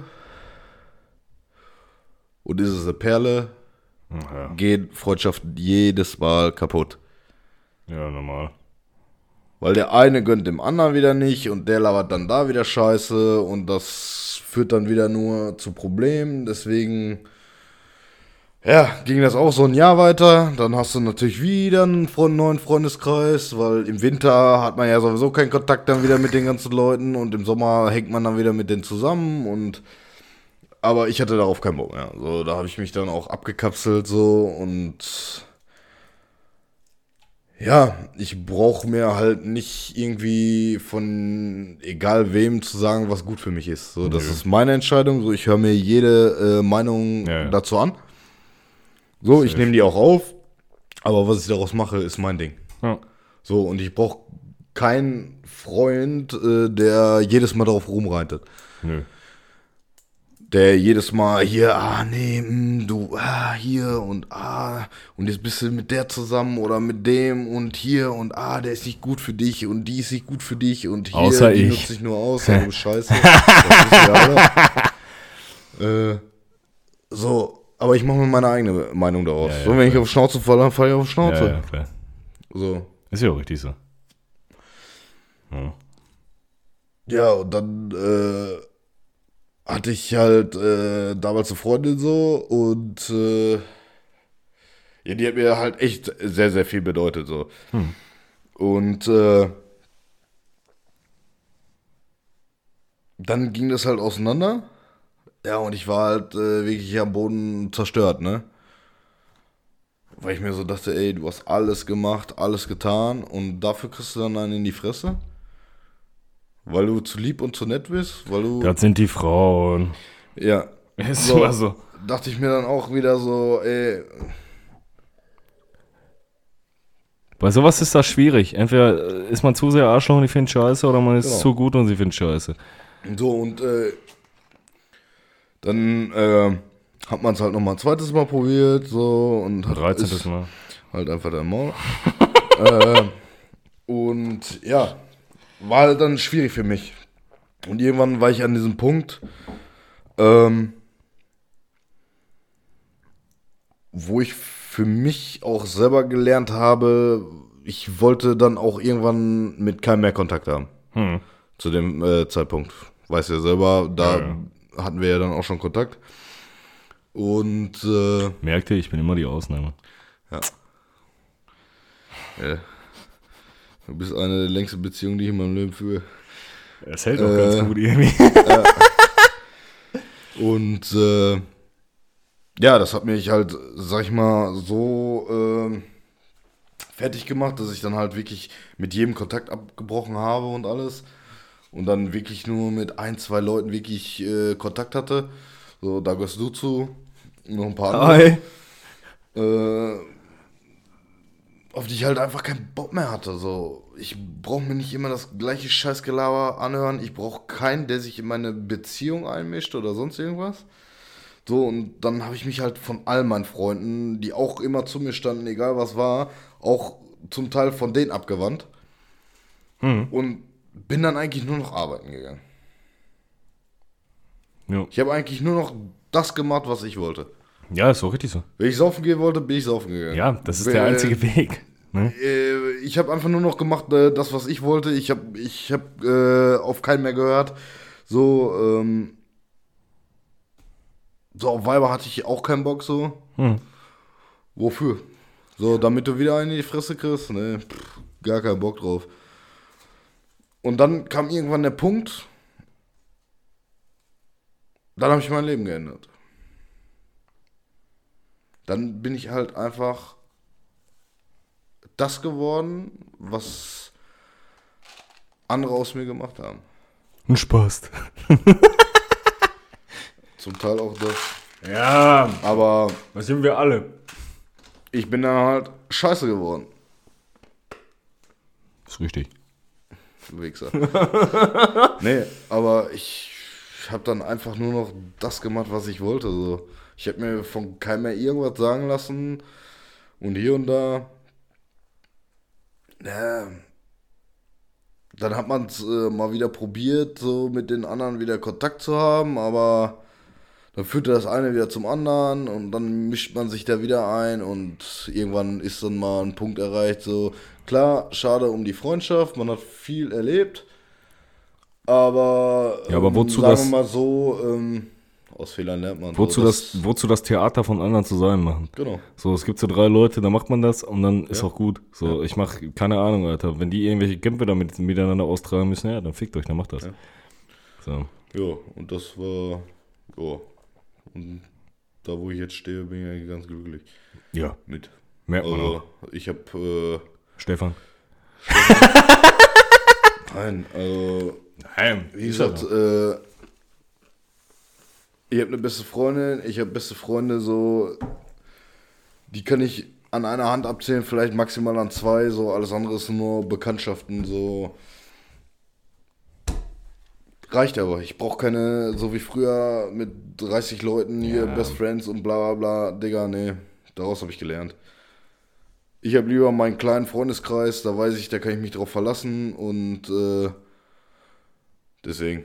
und ist es eine Perle, Ja, gehen Freundschaften jedes Mal kaputt. ja, normal. Weil der eine gönnt dem anderen wieder nicht und der labert dann da wieder Scheiße und das führt dann wieder nur zu Problemen. Deswegen, ja, ging das auch so ein Jahr weiter. Dann hast du natürlich wieder einen Freund, neuen Freundeskreis, weil im Winter hat man ja sowieso keinen Kontakt dann wieder mit den ganzen Leuten und im Sommer hängt man dann wieder mit denen zusammen und aber ich hatte darauf keinen Bock mehr. So, da habe ich mich dann auch abgekapselt so und ja, ich brauche mir halt nicht irgendwie von egal wem zu sagen, was gut für mich ist. So, das Nö. ist meine Entscheidung. So, ich höre mir jede äh, Meinung Ja, ja. dazu an. So, ich Safe. nehme die auch auf. Aber was ich daraus mache, ist mein Ding. Ja. So, und ich brauche keinen Freund, äh, der jedes Mal darauf rumreitet. Nö. Der jedes Mal hier, ah nee, mh, du, ah, hier und ah, und jetzt bist du mit der zusammen oder mit dem und hier und ah, der ist nicht gut für dich und die ist nicht gut für dich und hier, Außer die ich. nutzt dich nur aus, ja, du Scheiße. Das wissen wir alle. Äh, so, aber ich mache mir meine eigene Meinung daraus. Ja, ja, so, wenn ich klar. auf Schnauze falle, dann falle ich auf Schnauze. Ja, ja, klar. So. Ist ja auch richtig so. Ja. Ja, und dann äh, hatte ich halt äh, damals eine Freundin so und äh, ja, die hat mir halt echt sehr, sehr viel bedeutet so. Hm. Und äh, dann ging das halt auseinander. Ja, und ich war halt äh, wirklich am Boden zerstört, ne? Weil ich mir so dachte, ey, du hast alles gemacht, alles getan und dafür kriegst du dann einen in die Fresse? Weil du zu lieb und zu nett bist? Weil du... Das sind die Frauen. Ja. Ist So. immer so. Dachte ich mir dann auch wieder so, ey, Bei sowas ist das schwierig. Entweder ist man zu sehr Arschloch und die finden scheiße oder man ist Genau. zu gut und sie finden scheiße. so und äh, dann äh, hat man es halt nochmal ein zweites Mal probiert, so und hat dreizehntes ist Mal. halt einfach der Maul. äh, und ja, war halt dann schwierig für mich. Und irgendwann war ich an diesem Punkt, ähm, wo ich für mich auch selber gelernt habe, ich wollte dann auch irgendwann mit keinem mehr Kontakt haben. Hm. Zu dem äh, Zeitpunkt. Weißt ja selber, da Ja, hatten wir ja dann auch schon Kontakt. Und äh, Merkte, ich bin immer die Ausnahme. ja. ja. Du bist eine der längsten Beziehungen, die ich in meinem Leben führe. Es hält auch Äh, ganz gut irgendwie. Und äh, ja, das hat mich halt, sag ich mal, so ähm, fertig gemacht, dass ich dann halt wirklich mit jedem Kontakt abgebrochen habe und alles. Und dann wirklich nur mit ein, zwei Leuten wirklich äh, Kontakt hatte. So, da gehörst du zu. Noch ein paar andere. Hi. Äh, auf die ich halt einfach keinen Bock mehr hatte. So, ich brauche mir nicht immer das gleiche Scheißgelaber anhören. Ich brauche keinen, der sich in meine Beziehung einmischt oder sonst irgendwas. So, und dann habe ich mich halt von all meinen Freunden, die auch immer zu mir standen, egal was war, auch zum Teil von denen abgewandt. Hm. Und bin dann eigentlich nur noch arbeiten gegangen. Ja. Ich habe eigentlich nur noch das gemacht, was ich wollte. ja, ist auch richtig so. Wenn ich saufen gehen wollte, bin ich saufen gegangen. Ja, das ist Äh, der einzige Weg. Ne? Äh, Ich habe einfach nur noch gemacht, äh, das, was ich wollte. Ich habe ich hab, äh, auf keinen mehr gehört. So, ähm, so auf Weiber hatte ich auch keinen Bock so. Hm. Wofür? So, damit du wieder einen in die Fresse kriegst, ne, pff, gar keinen Bock drauf. Und dann kam irgendwann der Punkt, dann habe ich mein Leben geändert. Dann bin ich halt einfach das geworden, was andere aus mir gemacht haben. Ein Spaß. Zum Teil auch das. Ja, Aber das sind wir alle. ich bin dann halt scheiße geworden. Ist richtig. Du Wichser. Nee, aber ich habe dann einfach nur noch das gemacht, was ich wollte. So. Ich habe mir von keinem mehr irgendwas sagen lassen. Und hier und da. Ja, dann hat man es äh, mal wieder probiert, so mit den anderen wieder Kontakt zu haben, aber dann führte das eine wieder zum anderen und dann mischt man sich da wieder ein und irgendwann ist dann mal ein Punkt erreicht, so klar, schade um die Freundschaft, man hat viel erlebt, aber, Ja, aber wozu ähm, sagen das- wir mal so, ähm, aus Fehlern lernt man. Wozu so, das, wozu das Theater von anderen zu sein machen? Genau. So, es gibt so drei Leute, da macht man das und dann ist Ja. auch gut. So, ich mach, keine Ahnung, Alter. Wenn die irgendwelche Kämpfe damit miteinander austragen müssen, ja, dann fickt euch, dann macht das. Ja. So. Ja, und das war, ja, und da wo ich jetzt stehe, bin ich eigentlich ganz glücklich Ja, mit. merkt man Also, auch. ich habe, äh, Stefan. nein, also, Nein, wie gesagt, äh, ich habe eine beste Freundin, ich habe beste Freunde, so, die kann ich an einer Hand abzählen, vielleicht maximal an zwei, so, alles andere ist nur Bekanntschaften, so. Reicht aber, ich brauche keine, so wie früher mit dreißig Leuten hier, Ja. Best Friends und bla bla bla, Digga, nee, daraus habe ich gelernt. Ich habe lieber meinen kleinen Freundeskreis, da weiß ich, da kann ich mich drauf verlassen und äh, deswegen.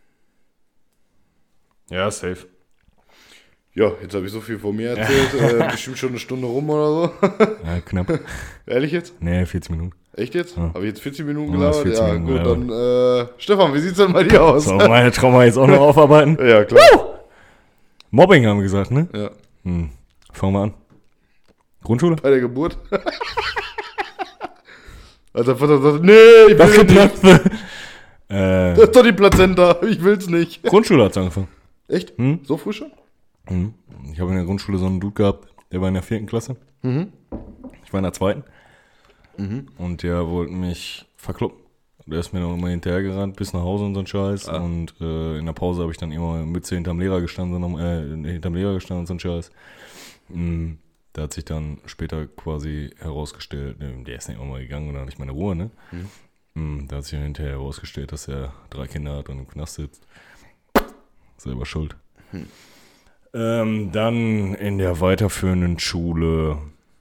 Ja, safe. Ja, jetzt habe ich so viel von mir erzählt, äh, bestimmt schon eine Stunde rum oder so. Ja, knapp. Ehrlich jetzt? Nee, vierzig Minuten. Echt jetzt? Ja. Habe ich jetzt vierzig Minuten Ja, das gelabert? vierzig Ja, Minuten gut, dann, äh, Stefan, wie sieht's denn bei dir aus? So, meine Trauma jetzt auch noch aufarbeiten. Ja, klar. Mobbing haben wir gesagt, ne? Ja, Hm. Fangen wir an. Grundschule? bei der Geburt. Als der Vater sagt, nee, ich will nicht. äh, Das ist doch die Plazenta, ich will's nicht. Grundschule hat's angefangen. Echt? Hm? So früh schon? Mhm. Ich habe in der Grundschule so einen Dude gehabt, der war in der vierten Klasse. Mhm. Ich war in der zweiten. Mhm. Und der wollte mich verkloppen. Der ist mir dann immer hinterhergerannt bis nach Hause und so ein Scheiß. Ah. Und äh, in der Pause habe ich dann immer mit Mütze hinterm Lehrer gestanden, und, äh, hinterm Lehrer gestanden und so ein Scheiß. Mhm. Der hat sich dann später quasi herausgestellt, ne, der ist nicht immer mal gegangen und dann hatte ich meine Ruhe, ne? Mhm. Mhm. Da hat sich dann hinterher herausgestellt, dass er drei Kinder hat und im Knast sitzt. Selber schuld. Hm. Ähm, dann in der weiterführenden Schule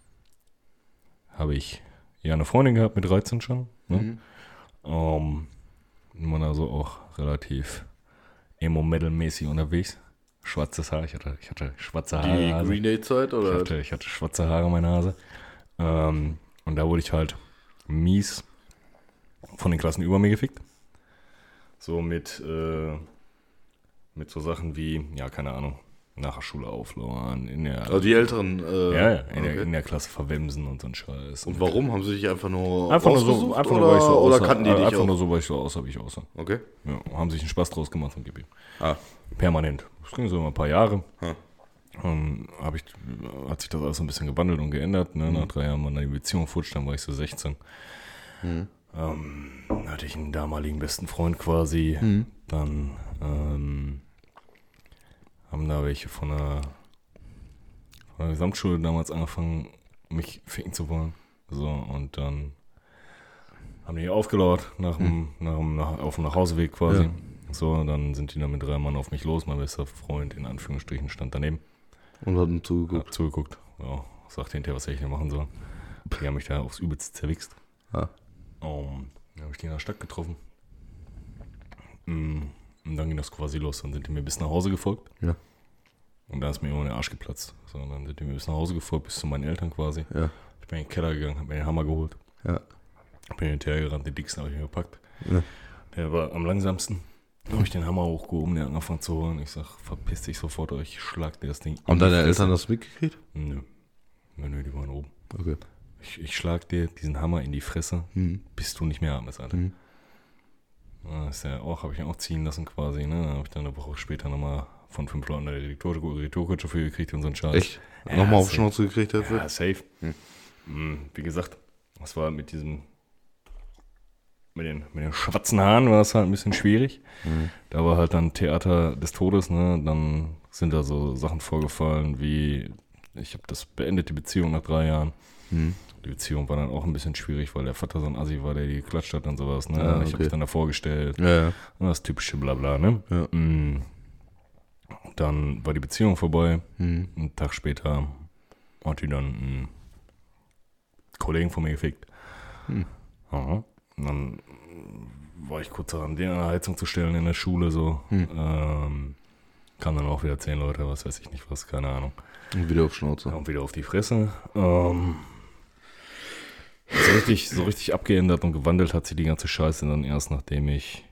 habe ich ja eine Freundin gehabt mit dreizehn schon. Ne? Mhm. Ähm, man also auch relativ emo-metal-mäßig unterwegs. Schwarzes Haar, ich hatte, ich hatte schwarze Haare. Die also, Green Day Zeit ich, oder? hatte, ich hatte schwarze Haare in meiner Nase. Ähm, und da wurde ich halt mies von den Klassen über mir gefickt. So mit, äh, mit so Sachen wie, ja, keine Ahnung, nach der Schule auflauern, in der, Also die Älteren. Äh, ja, ja, in, der, okay. in der Klasse verwemsen und so ein Scheiß. Und warum? Haben sie dich einfach nur Einfach nur so, ausgesucht einfach oder, nur, weil ich so oder aussah, kannten die dich einfach auch? nur so, weil ich so aussah, wie ich aussah. Okay. Ja, haben sich einen Spaß draus gemacht und gib ihm. Ah. Permanent. Das ging so immer ein paar Jahre. Hm. Und hab ich, hat sich das alles so ein bisschen gewandelt und geändert. Ne? Nach drei Jahren war die Beziehung futsch, dann war ich so sechzehn. Mhm. Ähm, hatte ich einen damaligen besten Freund quasi. Mhm. Dann ähm, haben da welche von der, von der Gesamtschule damals angefangen, mich ficken zu wollen. So, und dann haben die aufgelauert nach dem, nach dem nach, auf dem Nachhauseweg quasi. Ja. So, dann sind die dann mit drei Mann auf mich los. Mein bester Freund, in Anführungsstrichen, stand daneben. Und hat ihm zugeguckt. Hab zugeguckt. Ja, sagte hinterher, was hätte ich denn machen sollen. Die haben mich da aufs Übelste zerwichst. Ah. Um, dann habe ich die in der Stadt getroffen. Mm, Und dann ging das quasi los. Dann sind die mir bis nach Hause gefolgt. Ja. Und dann ist mir immer der Arsch geplatzt. So, und dann sind die mir bis nach Hause gefolgt, bis zu meinen Eltern quasi. Ja. Ich bin in den Keller gegangen, habe mir den Hammer geholt. Ja. Bin hinterhergerannt, den dicksten habe ich mir gepackt. Ja. Der war am langsamsten. Dann habe ich den Hammer hochgehoben, der hat angefangen zu holen. Ich sag, verpiss dich sofort, oder ich schlag dir das Ding. in Haben die deine Fresse. Eltern das mitgekriegt? Nö. Nö, nö, die waren oben. Okay. Ich, ich schlag dir diesen Hammer in die Fresse, Hm. bis du nicht mehr atmest, Alter. Hm. Ja, ist ja auch, habe ich auch ziehen lassen quasi, ne? Da habe ich dann eine Woche später nochmal von fünf Leuten eine Retourkutsche für gekriegt und so einen Scheiß. Echt? Ja, Nochmal auf safe. Schnauze gekriegt dafür? Ja, safe. Hm. Mhm, Wie gesagt, das war mit diesem, mit den, mit den schwarzen Haaren war es halt ein bisschen schwierig. Mhm. Da war halt dann Theater des Todes, ne? Dann sind da so Sachen vorgefallen wie, ich habe das beendet, die Beziehung nach drei Jahren. Mhm. Die Beziehung war dann auch ein bisschen schwierig, weil der Vater so ein Assi war, der die geklatscht hat und sowas, ne? Ah, Ich habe okay. mich dann da vorgestellt. Ja, ja. Das typische Blabla, ne? Ja. Mm. Dann war die Beziehung vorbei. Mhm. Einen Tag später hat die dann einen Kollegen von mir gefickt. Hm. Aha. Und dann war ich kurz daran, den an der Heizung zu stellen in der Schule, so. Hm. Ähm, kamen dann auch wieder zehn Leute, was weiß ich nicht was, keine Ahnung. Und wieder auf Schnauze. Und wieder auf die Fresse. Ähm, so richtig, so richtig abgeändert und gewandelt hat sich die ganze Scheiße dann erst, nachdem ich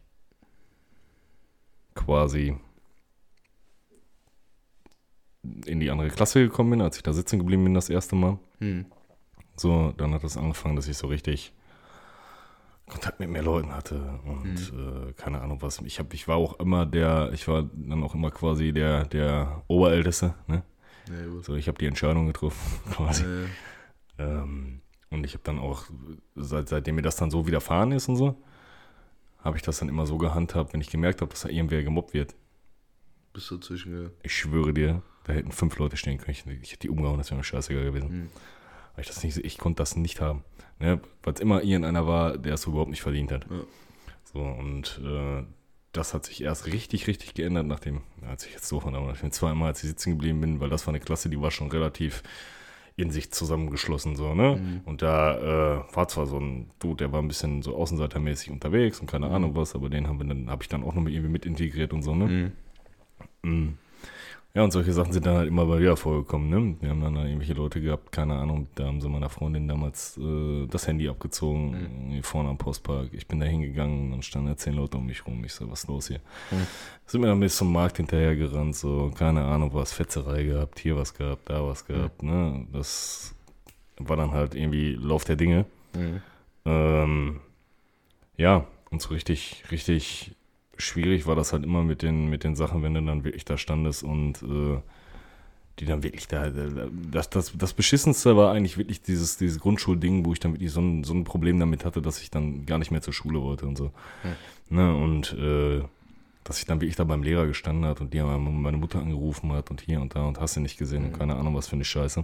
quasi in die andere Klasse gekommen bin, als ich da sitzen geblieben bin das erste Mal. Hm. So, dann hat es angefangen, dass ich so richtig Kontakt mit mehr Leuten hatte und äh, keine Ahnung was. Ich hab, ich war auch immer der, ich war dann auch immer quasi der, der Oberälteste, ne? Ja, gut. So, ich habe die Entscheidung getroffen, quasi. Ja. Ähm, und ich habe dann auch, seit, seitdem mir das dann so widerfahren ist und so, habe ich das dann immer so gehandhabt, wenn ich gemerkt habe, dass da irgendwer gemobbt wird. Bist du zwischen, ja. Ich schwöre dir, da hätten fünf Leute stehen können. Ich, ich hätte die umgehauen, das wäre mir scheißegal gewesen. Hm. Weil ich das nicht, ich konnte das nicht haben. Ne? Weil es immer irgendeiner war, der es so überhaupt nicht verdient hat. Ja. So, und äh, das hat sich erst richtig, richtig geändert, nachdem, als ich jetzt so von, aber nachdem zweimal, als ich sitzen geblieben bin, weil das war eine Klasse, die war schon relativ in sich zusammengeschlossen, so, ne? Mhm. Und da äh, war zwar so ein Dude, der war ein bisschen so außenseitermäßig unterwegs und keine Mhm. Ahnung was, aber den haben wir dann, habe ich dann auch noch irgendwie mit integriert und so, ne? Mhm. Mhm. Ja, und solche Sachen sind dann halt immer mal wieder vorgekommen, ne? Wir haben dann da irgendwelche Leute gehabt, keine Ahnung, da haben sie meiner Freundin damals äh, das Handy abgezogen, Mhm. hier vorne am Postpark. Ich bin da hingegangen, dann standen da zehn Leute um mich rum. Ich so, was ist los hier? Mhm. Sind mir dann bis zum Markt hinterher gerannt, so, keine Ahnung, was, Fetzerei gehabt, hier was gehabt, da was gehabt, ne? Das war dann halt irgendwie Lauf der Dinge. Mhm. Ähm, ja, und so richtig, richtig schwierig war das halt immer mit den, mit den Sachen, wenn du dann wirklich da standest und äh, die dann wirklich da, das, das, das Beschissenste war eigentlich wirklich dieses, dieses Grundschulding, wo ich dann wirklich so ein, so ein Problem damit hatte, dass ich dann gar nicht mehr zur Schule wollte und so. Hm. Ne, und äh, dass ich dann wirklich da beim Lehrer gestanden hat und die meine Mutter angerufen hat und hier und da und hast du nicht gesehen und Mhm. keine Ahnung, was für eine Scheiße.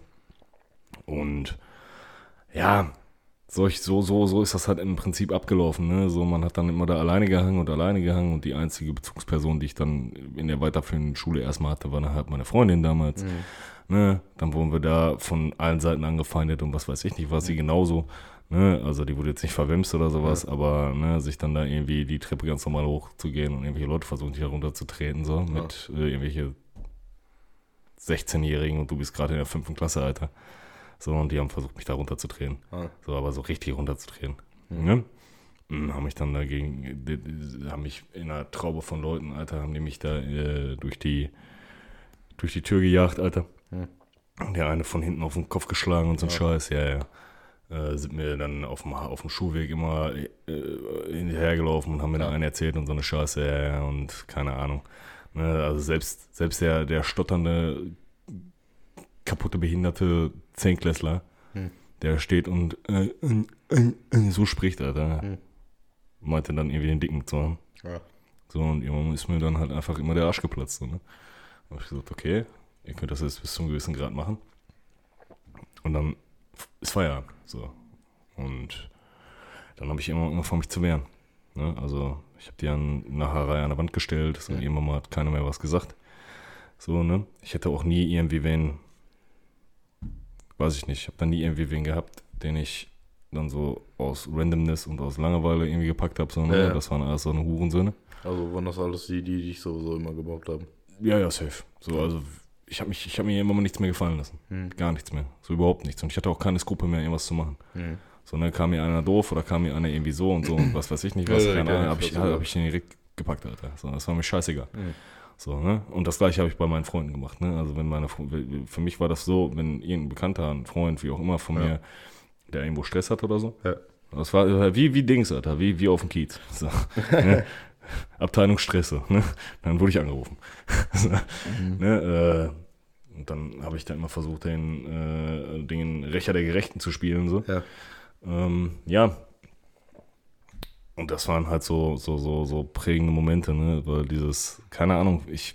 Und ja, solch, so, so, so ist das halt im Prinzip abgelaufen. Ne? So, man hat dann immer da alleine gehangen und alleine gehangen und die einzige Bezugsperson, die ich dann in der weiterführenden Schule erstmal hatte, war dann halt meine Freundin damals. Mhm. Ne? Dann wurden wir da von allen Seiten angefeindet und was weiß ich nicht, war sie genauso. Ne? Also die wurde jetzt nicht verwemst oder sowas, Ja. aber ne, sich dann da irgendwie die Treppe ganz normal hochzugehen und irgendwelche Leute versuchen, dich da runterzutreten, so mit äh, irgendwelche sechzehnjährigen und du bist gerade in der fünften Klasse, Alter. So, und die haben versucht, mich da runterzutreten. Ah. So, aber so richtig runterzutreten. Mhm. Ne? Mhm, haben mich dann dagegen, die, die, haben mich in einer Traube von Leuten, Alter, haben die mich da äh, durch die durch die Tür gejagt, Alter. Mhm. Und der eine von hinten auf den Kopf geschlagen und so ein Ja. Scheiß, ja, ja. Äh, sind mir dann auf dem, auf dem Schulweg immer äh, hinterhergelaufen und haben mir da Ja. einen erzählt und so eine Scheiße, ja, ja, und keine Ahnung. Ne, also selbst, selbst der, der stotternde, kaputte, behinderte Zehnklässler, Hm. der steht und äh, äh, äh, äh, so spricht, Alter. Hm. Meinte dann irgendwie den Dicken zu haben. Ja. So, und irgendwann ist mir dann halt einfach immer der Arsch geplatzt. So, ne? Da hab ich gesagt, okay, ihr könnt das jetzt bis zu einem gewissen Grad machen. Und dann ist Feierabend. So. Und dann habe ich immer angefangen, mich zu wehren. Ne? Also, ich habe die an nachher Reihe an der Wand gestellt. So, Ja. irgendwann mal hat keiner mehr was gesagt. So, ne? Ich hätte auch nie irgendwie wen, weiß ich nicht, ich habe da nie irgendwie wen gehabt, den ich dann so aus Randomness und aus Langeweile irgendwie gepackt habe. So, ne? Ja, ja. Das waren alles so eine Hurensöhne. Also waren das alles die, die dich sowieso immer gemobbt haben? Ja, ja, safe. So, also ich habe mich, ich habe mir immer mal nichts mehr gefallen lassen. Hm. Gar nichts mehr. So überhaupt nichts. Und ich hatte auch keine Skrupel mehr, irgendwas zu machen. Hm. So, dann kam mir einer doof oder kam mir einer irgendwie so und so und was weiß ich nicht was. Ja, ja, keine ja, Ahnung, habe ich ich, weiß sogar. hab ich den direkt gepackt, Alter. So, das war mir scheißegal. Hm. So, ne? Und das gleiche habe ich bei meinen Freunden gemacht. Ne? Also wenn meine für mich war das so, wenn irgendein Bekannter, ein Freund, wie auch immer von ja. mir, der irgendwo Stress hat oder so, ja. das war wie, wie Dings, Alter, wie, wie auf dem Kiez. So, ne? Abteilung Stress, ne? Dann wurde ich angerufen. so, mhm. ne? äh, und dann habe ich da immer versucht, den, äh, den Rächer der Gerechten zu spielen. So. Ja. Ähm, ja. Und das waren halt so, so, so, so prägende Momente, ne? Weil dieses, keine Ahnung, ich,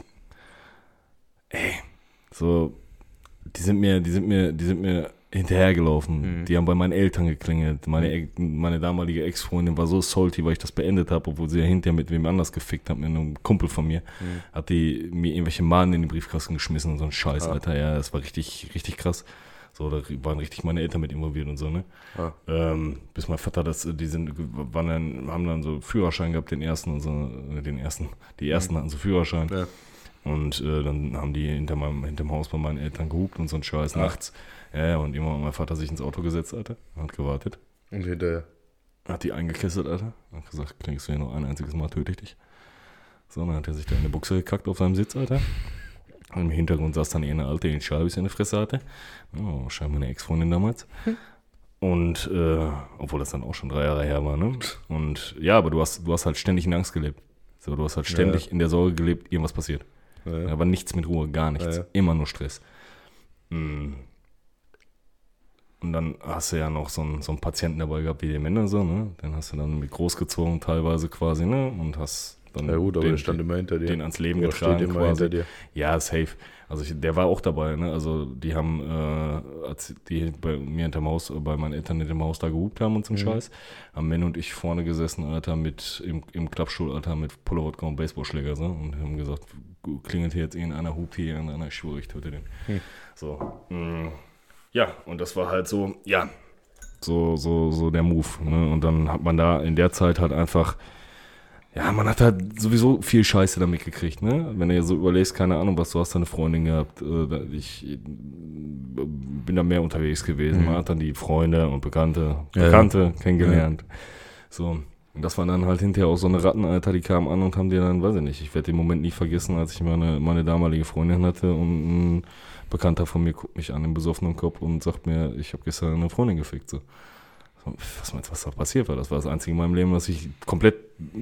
ey, so, die sind mir, die sind mir, die sind mir hinterhergelaufen. Mhm. Die haben bei meinen Eltern geklingelt. Meine, meine damalige Ex-Freundin war so salty, weil ich das beendet habe, obwohl sie ja hinterher mit wem anders gefickt hat, mit einem Kumpel von mir. Mhm. Hat die mir irgendwelche Mahnen in den Briefkasten geschmissen und so ein Scheiß, ja. Alter. Ja, das war richtig, richtig krass. So, da waren richtig meine Eltern mit involviert und so, ne? Ja. Ähm, bis mein Vater das, die sind, waren dann, haben dann so Führerschein gehabt, den ersten und so, den ersten, die ersten mhm. hatten so Führerschein. Ja. Und äh, dann haben die hinter meinem, hinterm Haus bei meinen Eltern gehupt und so ein Scheiß ja. nachts. Ja, und immer hat mein Vater sich ins Auto gesetzt, Alter, hat gewartet. Und hinterher? Hat die eingekesselt, Alter. Hat gesagt, kriegst du hier noch ein einziges Mal, töte ich dich. So, dann hat er sich da in die Buchse gekackt auf seinem Sitz, Alter. Und im Hintergrund saß dann eine Alte, die einen Schalbis in der Fresse hatte. Oh, scheinbar meine Ex-Freundin damals. Hm. Und, äh, obwohl das dann auch schon drei Jahre her war, ne? Und ja, aber du hast, du hast halt ständig in Angst gelebt. So, du hast halt ständig ja. in der Sorge gelebt, irgendwas passiert. Ja, ja. Aber nichts mit Ruhe, gar nichts. Ja, ja. Immer nur Stress. Hm. Und dann hast du ja noch so einen, so einen Patienten dabei gehabt wie die Männer, so, ne? Den hast du dann mit großgezogen teilweise quasi, ne? Und hast dann ja gut, aber den, der stand immer hinter dir. Den ans Leben der getragen steht immer quasi. Hinter dir. Ja, safe. Also ich, der war auch dabei, ne? Also die haben, äh, als die bei mir hinterm Haus, bei meinen Eltern hinterm Haus da gehupt haben und so einen mhm. Scheiß, haben Men und ich vorne gesessen, Alter, mit im, im Klappstuhl, Alter, mit Pullerwodka und Baseballschläger, so, und haben gesagt, klingelt hier jetzt irgendeiner, hupt hier irgendeiner, ich schwöre, ich töte den. Mhm. So, mh. Ja, und das war halt so, ja, so, so, so der Move, ne? Und dann hat man da in der Zeit halt einfach, ja, man hat halt sowieso viel Scheiße damit gekriegt, ne? Wenn du dir so überlegst, keine Ahnung, was, du hast da eine Freundin gehabt, ich bin da mehr unterwegs gewesen, mhm. man hat dann die Freunde und Bekannte, Bekannte ja, ja. kennengelernt, ja. So. Und das waren dann halt hinterher auch so eine Ratten, Alter, die kamen an und haben dir dann, weiß ich nicht, ich werde den Moment nie vergessen, als ich meine, meine damalige Freundin hatte und ein Bekannter von mir guckt mich an im besoffenen Kopf und sagt mir, ich habe gestern eine Freundin gefickt, so. Was meinst du, was da passiert war? Das war das Einzige in meinem Leben, was ich komplett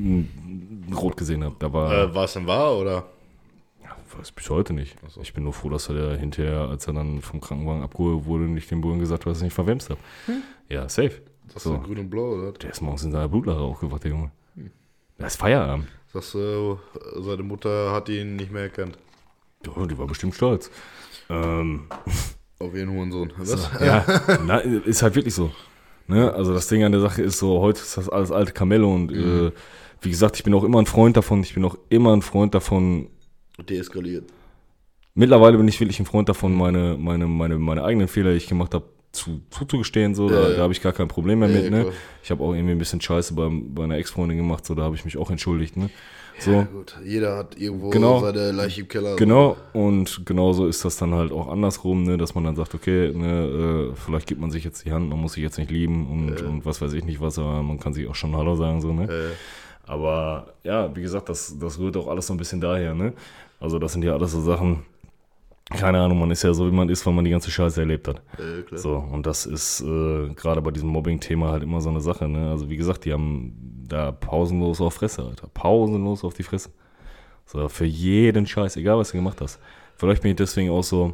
rot gesehen habe. Da war, äh, war es denn wahr, oder? Ja, weiß bis heute nicht. So. Ich bin nur froh, dass er hinterher, als er dann vom Krankenwagen abgeholt wurde, nicht dem Bullen gesagt hat, dass er nicht verwemst hat. Hm? Ja, safe. Das so. ist grün und blau, oder? Der ist morgens in seiner Blutlache aufgewacht, der Junge. Hm. Das ist Feierabend. Sagst du, seine Mutter hat ihn nicht mehr erkannt? Ja, die war bestimmt stolz. Ähm. Auf ihren Hurensohn. Was? So, ja, na, ist halt wirklich so. Ne? Also das Ding an der Sache ist so, heute ist das alles alte Kamelle und mhm. äh, wie gesagt, ich bin auch immer ein Freund davon, ich bin auch immer ein Freund davon. Deeskaliert. Mittlerweile bin ich wirklich ein Freund davon, meine, meine, meine, meine eigenen Fehler, die ich gemacht habe, zu, zuzugestehen, so, da, ja, ja. da habe ich gar kein Problem mehr ja, mit, ja, ne? Ich habe auch irgendwie ein bisschen Scheiße bei, bei einer Ex-Freundin gemacht, so, da habe ich mich auch entschuldigt, ne? So. Ja, gut. Jeder hat irgendwo genau, seine Leiche im Keller. Genau, so. Und genauso ist das dann halt auch andersrum, ne, dass man dann sagt, okay, ne, äh, vielleicht gibt man sich jetzt die Hand, man muss sich jetzt nicht lieben und, äh. und was weiß ich nicht was, aber man kann sich auch schon Hallo sagen, so, ne. Äh. Aber ja, wie gesagt, das, das rührt auch alles so ein bisschen daher, ne. Also das sind ja alles so Sachen, keine Ahnung, man ist ja so, wie man ist, weil man die ganze Scheiße erlebt hat. Äh, klar. So, und das ist äh, gerade bei diesem Mobbing-Thema halt immer so eine Sache, ne. Also wie gesagt, die haben da pausenlos auf Fresse, Alter. Pausenlos auf die Fresse. So, für jeden Scheiß, egal was du gemacht hast. Vielleicht bin ich deswegen auch so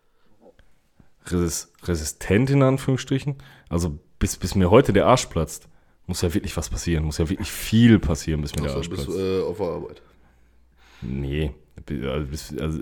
resist- resistent in Anführungsstrichen. Also bis, bis mir heute der Arsch platzt, muss ja wirklich was passieren. Muss ja wirklich viel passieren, bis mir also, der Arsch bist, platzt. Äh, auf der Arbeit? Nee. Also, bis, also,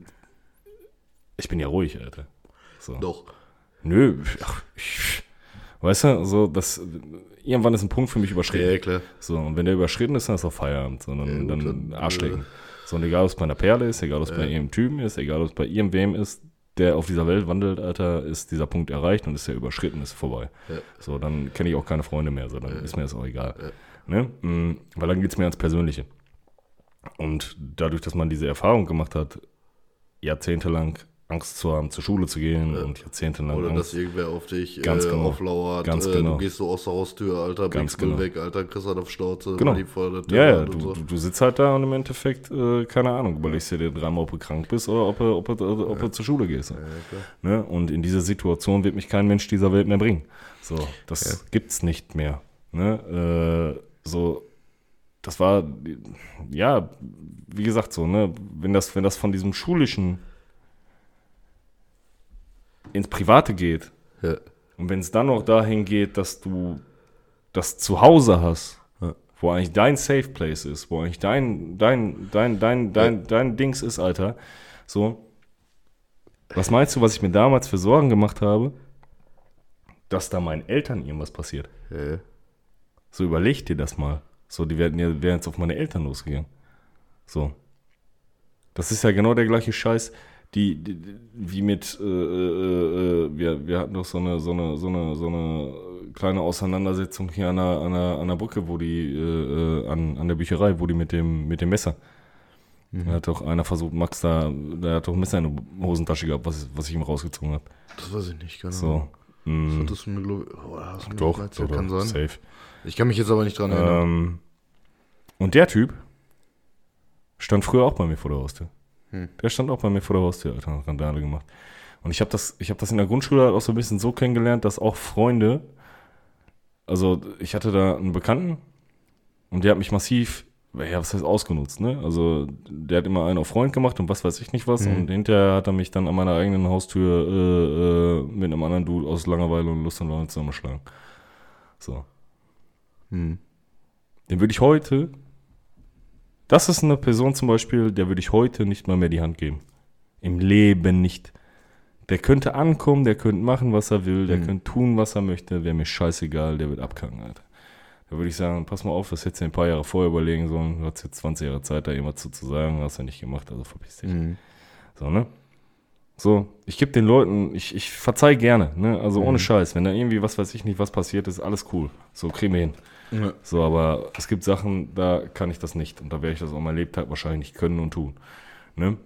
ich bin ja ruhig, Alter. So. Doch. Nö. Ach, ich, weißt du, so, das... Irgendwann ist ein Punkt für mich überschritten. Ja, klar. So, und wenn der überschritten ist, dann ist auch Feierabend. So, dann, ja, gut, dann Arschlecken. Äh. So, und egal, ob es bei einer Perle ist, egal, ob es ja. bei irgendeinem Typen ist, egal, ob es bei irgendwem ist, der auf dieser Welt wandelt, Alter, ist dieser Punkt erreicht und ist der überschritten, ist vorbei. Ja. So, dann kenne ich auch keine Freunde mehr. So, dann ja. ist mir das auch egal. Ja. Ne? Mhm, weil dann geht es mir ans Persönliche. Und dadurch, dass man diese Erfahrung gemacht hat, jahrzehntelang Angst zu haben, zur Schule zu gehen ja. und jahrzehntelang Oder Angst. dass irgendwer auf dich Ganz äh, genau. auflauert, Ganz äh, genau. du gehst so aus der Haustür, Alter, Ganz bringst Müll genau. weg, Alter, kriegst halt auf Schnauze, Genau. weil die vor der Tür Ja, ja, hat du, und so. du, du sitzt halt da und im Endeffekt, äh, keine Ahnung, überlegst dir dreimal, ob du krank bist oder ob du, ob du, ob du ja. zur Schule gehst. Ja, klar. Ne? Und in diese Situation wird mich kein Mensch dieser Welt mehr bringen. So, das Ja. gibt's nicht mehr. Ne? Äh, so, das war, ja, wie gesagt, so, ne, wenn das, wenn das von diesem schulischen ins Private geht Ja. und wenn es dann noch dahin geht, dass du das zu Hause hast, Ja. wo eigentlich dein Safe Place ist, wo eigentlich dein, dein, dein, dein, dein, Ja. dein Dings ist, Alter, so, was meinst du, was ich mir damals für Sorgen gemacht habe, dass da meinen Eltern irgendwas passiert? Ja. So, überleg dir das mal. So, die wären, ja, wären jetzt auf meine Eltern losgegangen. So. Das ist ja genau der gleiche Scheiß, die, die wie mit, äh, äh, äh, wir, wir hatten doch so eine, so eine, so eine, so eine kleine Auseinandersetzung hier an der, an der, an der Brücke, wo die, äh, an, an der Bücherei, wo die mit dem, mit dem Messer. Mhm. Da hat doch einer versucht, Max da, der hat doch ein Messer in der Hosentasche gehabt, was, was ich ihm rausgezogen habe. Das weiß ich nicht, genau. So. Das hattest du mir, glaub ich, oh, hast du mir Doch, mal erzählt, doch, kann sein. safe. Ich kann mich jetzt aber nicht dran erinnern. Ähm, und der Typ stand früher auch bei mir vor der Haustür. Hm. Der stand auch bei mir vor der Haustür, Alter, hat Randale gemacht. Und ich habe das, ich hab das in der Grundschule halt auch so ein bisschen so kennengelernt, dass auch Freunde, also ich hatte da einen Bekannten und der hat mich massiv, ja, was heißt ausgenutzt, ne? Also der hat immer einen auf Freund gemacht und was weiß ich nicht was. Mhm. Und hinterher hat er mich dann an meiner eigenen Haustür äh, äh, mit einem anderen Dude aus Langeweile und Lust und Laune zusammengeschlagen. So. Hm. Den würde ich heute, das ist eine Person zum Beispiel, der würde ich heute nicht mal mehr die Hand geben. Im Leben nicht. Der könnte ankommen, der könnte machen, was er will, der Mhm. könnte tun, was er möchte, wäre mir scheißegal, der wird abkacken, Alter. Da würde ich sagen, pass mal auf, das hättest du ein paar Jahre vorher überlegen sollen, du hast jetzt zwanzig Jahre Zeit, da irgendwas zu, zu sagen, hast du nicht gemacht, also verpiss dich. Mhm. So, ne? So, ich gebe den Leuten, ich, ich verzeih gerne, ne? Also ohne Mhm. Scheiß, wenn da irgendwie, was weiß ich nicht, was passiert ist, alles cool. So, kriegen wir hin. Ja. So, aber es gibt Sachen, da kann ich das nicht. Und da werde ich das auch mein Lebtag wahrscheinlich nicht können und tun. Ne?